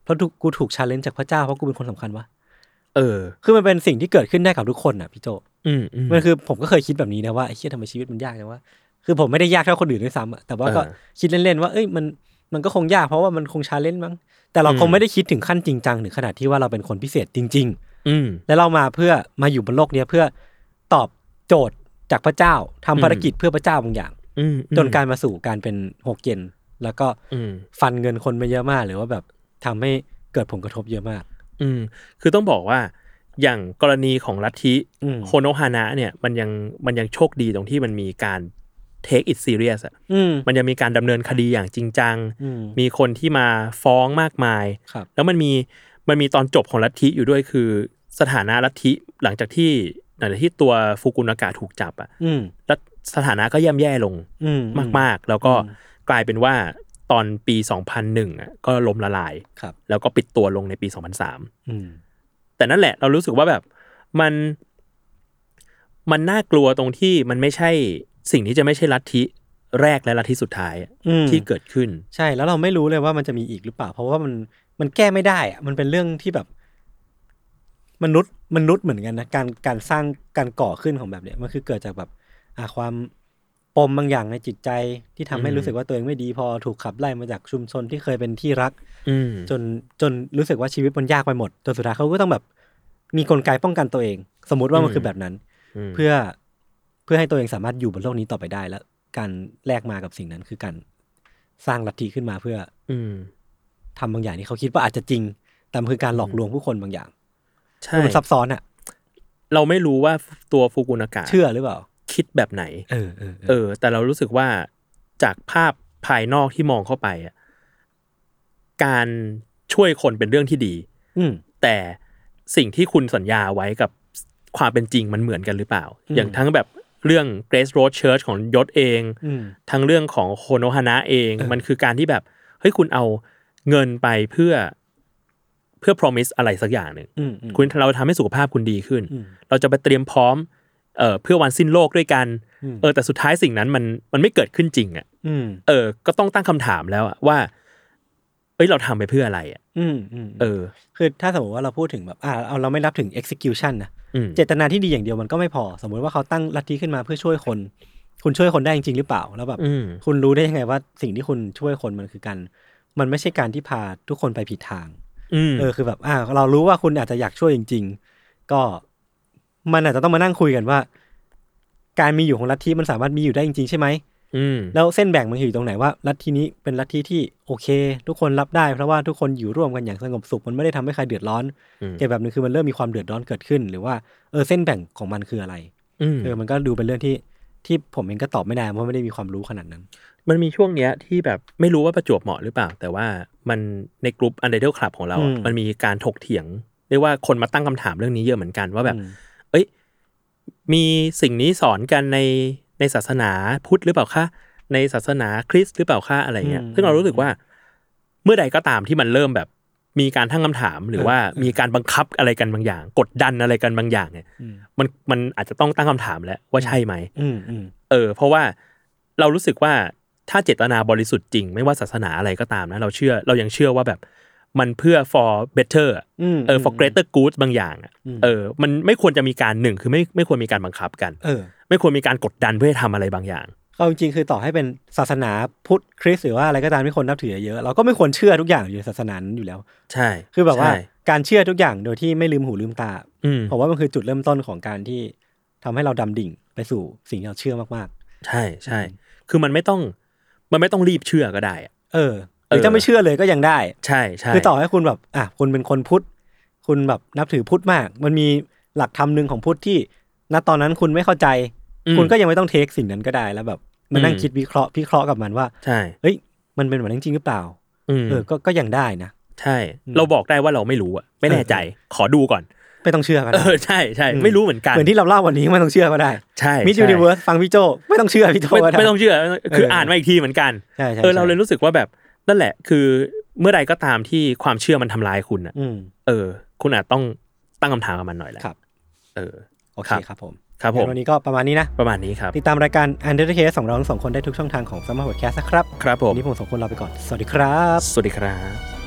Speaker 3: เพราะกูถูก challenge จากพระเจ้าเพราะกูเป็นคนสำคัญวะ
Speaker 5: คื
Speaker 3: อมันเป็นสิ่งที่เกิดขึ้นได้กับทุกคนอ่ะพี่โจมันคือผมก็เคยคิดแบบนี้นะว่าไอ้เหี้ยทำไมชีวิตมันยากจังวะคือผมไม่ได้ยากเท่าคนอื่นด้วยซ้ำอ่ะแต่ว่าก็คิดเล่นๆว่าเอ้ยมันก็คงยากเพราะว่ามันคง challenge มั้งแต่เราคงไม่ได้คิดถึงขั้นจริงจังถึงขนาดที่ว่าเราเป็นคนพิเศษจริงๆแล้วเรามาเพื่อมาอยู่บนโลกนี้เพื่อตอบโจทย์จากพระเจ้าทำภารกิจเพื่อพระเจ้าบางอย่างจนการมาสู่การเป็นหกเย็นแล้วก็ฟันเงินคนไปเยอะมากหรือว่าแบบทำให้เกิดผลกระทบเยอะมาก
Speaker 5: คือต้องบอกว่าอย่างกรณีของลัทธิโคโนฮานะเนี่ยมันยังโชคดีตรงที่มันมีการ take it serious อ่ะมันยังมีการดำเนินคดีอย่างจริงจังมีคนที่มาฟ้องมากมายแล้วมันมีตอนจบของลัทธิอยู่ด้วยคือสถานะลัทธิหลังจากที่ตัวฟุกุนากะถูกจับอ่ะแล้วสถานะก็ย่ำแย่ลงมากๆแล้วก็กลายเป็นว่าตอนปี 2001 อ่ะก็ล้มละลายแล้วก็ปิดตัวลงในปี 2003แต่นั่นแหละเรารู้สึกว่าแบบมันน่ากลัวตรงที่มันไม่ใช่สิ่งที่จะไม่ใช่ลัทธิแรกและลัทธิสุดท้ายที่เกิดขึ้น
Speaker 3: ใช่แล้วเราไม่รู้เลยว่ามันจะมีอีกหรือเปล่าเพราะว่ามันแก้ไม่ได้อ่ะมันเป็นเรื่องที่แบบมนุษย์เหมือนกันนะการสร้างการก่อขึ้นของแบบเนี้ยมันคือเกิดจากแบบความปมบางอย่างในจิตใจที่ทำให้รู้สึกว่าตัวเองไม่ดีพอถูกขับไล่มาจากชุมชนที่เคยเป็นที่รักจนรู้สึกว่าชีวิตมันยากไปหมดจนสุดท้ายเขาก็ต้องแบบมีกลไกป้องกันตัวเองสมมุติว่ามันคือแบบนั้นเพื่อให้ตัวเองสามารถอยู่บนโลกนี้ต่อไปได้แล้วการแลกมากับสิ่งนั้นคือการสร้างลัทธิขึ้นมาเพื่อทำบางอย่างที่เขาคิดว่าอาจจะจริงแต่มันคือการหลอกลวงผู้คนบางอย่าง
Speaker 5: ใช่
Speaker 3: มันซับซ้อนอ่ะ
Speaker 5: เราไม่รู้ว่าตัวฟุกุนากะ
Speaker 3: เชื่อหรือเปล่า
Speaker 5: คิดแบบไหนแต่เรารู้สึกว่าจากภาพภายนอกที่มองเข้าไปอ่ะการช่วยคนเป็นเรื่องที่ดีแต่สิ่งที่คุณสัญญาไว้กับความเป็นจริงมันเหมือนกันหรือเปล่าอย่างทั้งแบบเรื่อง Grace Road Church ของยศเองทั้งเรื่องของโคโนฮานะเองมันคือการที่แบบเฮ้ยคุณเอาเงินไปเพื่อ promise อะไรสักอย่างนึงคุณเราทำให้สุขภาพคุณดีขึ้นเราจะไปเตรียมพร้อมเพื่อวันสิ้นโลกด้วยกันแต่สุดท้ายสิ่งนั้นมันไม่เกิดขึ้นจริงอ่ะก็ต้องตั้งคำถามแล้วอ่ะว่าเราทำไปเพื่ออะไรอ่ะ
Speaker 3: คือถ้าสมมติว่าเราพูดถึงแบบเราไม่นับถึง execution นะเจตนาที่ดีอย่างเดียวมันก็ไม่พอสมมติว่าเขาตั้งลัทธิขึ้นมาเพื่อช่วยคนคุณช่วยคนได้จริงๆหรือเปล่าแล้วแบบคุณรู้ได้ยังไงว่าสิ่งที่คุณช่วยคนมันคือการมันไม่ใช่การที่พาทุกคนไปผิดทางคือแบบเรารู้ว่าคุณอาจจะอยากช่วยจริงๆก็มันอาจจะต้องมานั่งคุยกันว่าการมีอยู่ของลัทธิมันสามารถมีอยู่ได้จริงๆใช่ไหมแล้วเส้นแบ่งมันอยู่ตรงไหนว่าลัทธินี้เป็นลัทธิที่โอเคทุกคนรับได้เพราะว่าทุกคนอยู่ร่วมกันอย่างสงบสุขมันไม่ได้ทำให้ใครเดือดร้อนแต่แบบนึงคือมันเริ่มมีความเดือดร้อนเกิดขึ้นหรือว่าเส้นแบ่งของมันคืออะไรมันก็ดูเป็นเรื่องที่ผมเองก็ตอบไม่ได้เพราะไม่ได้มีความรู้ขนาดนั้น
Speaker 5: มันมีช่วงเนี้ยที่แบบไม่รู้ว่าประจวบเหมาะหรือเปล่าแต่ว่ามันในกลุ่ม Untitled Club ของเรามันมีการถกเถียงเรียกว่าคนมาตั้งคำถามเรื่องนี้เยอะเหมือนกันว่าแบบมีสิ่งนี้สอนกันในศาสนาพุทธหรือเปล่าคะในศาสนาคริสต์หรือเปล่าคะอะไรเงี้ยซึ่งเรารู้สึกว่าเมื่อใดก็ตามที่มันเริ่มแบบมีการตั้งคำถามหรือว่ามีการบังคับอะไรกันบางอย่างกดดันอะไรกันบางอย่างเนี่ยมันอาจจะต้องตั้งคำถามแล้วว่าใช่ไหมเพราะว่าเรารู้สึกว่าถ้าเจตนาบริสุทธิ์จริงไม่ว่าศาสนาอะไรก็ตามนะเรายังเชื่อว่าแบบมันเพื่อ for better for greater good บางอย่างมันไม่ควรจะมีการหนึ่งคือไม่ควรมีการบังคับกันไม่ควรมีการกดดันเพื่อทำอะไรบางอย่าง
Speaker 3: เอาจริงๆคือต่อให้เป็นศาสนาพุทธคริสต์หรือว่าอะไรก็ตามที่คนนับถือเยอะเราก็ไม่ควรเชื่อทุกอย่างอยู่ศาสนานั้นอยู่แล้ว
Speaker 5: ใช่
Speaker 3: คือแบบว่าการเชื่อทุกอย่างโดยที่ไม่ลืมหูลืมตาผมว่ามันคือจุดเริ่มต้นของการที่ทำให้เราดำดิ่งไปสู่สิ่งที่เราเชื่อมาก
Speaker 5: ๆใช่ใช่คือมันไม่ต้องรีบเชื่อก็ได้
Speaker 3: หรือถ้าไม่เชื่อเลยก็ยังได้
Speaker 5: ใช่ใช่
Speaker 3: คือต่อให้คุณแบบคุณเป็นคนพุทธคุณแบบนับถือพุทธมากมันมีหลักธรรมนึงของพุทธที่ณตอนนั้นคุณไม่เข้าใจคุณก็ยังไม่ต้องเทคสิ่งนั้นก็ได้แล้วแบบมานั่งคิดพิเคราะห์กับมันว่า
Speaker 5: ใช่
Speaker 3: เฮ้ยมันเป็นแบบนั้นจริงหรือเปล่าก็ยังได้นะ
Speaker 5: ใช่เราบอกได้ว่าเราไม่รู้ไม่แน่ใจขอดูก่อน
Speaker 3: ไม่ต้องเชื่อก็ได้
Speaker 5: ใช่ใช่ไม่รู้เหมือนกัน
Speaker 3: เหมือนที่เราเล่าวันนี้ไม่ต้องเชื่อก็ได้
Speaker 5: ใช่
Speaker 3: มิสยูนิเวิร์สฟังพี่โจไม่ต้องเชื่อพี่โจก็ได้
Speaker 5: ไม่ต้องเชื่อคืออ่านมาอีกทีเหมือนกันเราเลยรู้สึกว่าแบบนั่นแหละคือเมื่อใดก็ตามที่ความเชื่อมันทำลายคุณอ่ะคุณอาจต้องตั้งคำถามกับมันหน่อยแหละ
Speaker 3: ครับโอเคครับผมวันนี้ก็ประมาณนี้นะ
Speaker 5: ประมาณนี้ครับ
Speaker 3: ติดตามรายการ Untitled Case ของเราทั้งสองคนได้ทุกช่องทางของ Summer Podcast นะครับ
Speaker 5: ครับผม
Speaker 3: วันนี้ผมสองคนลาไปก่อนสวัสดีครับ
Speaker 5: สวัสดีครับ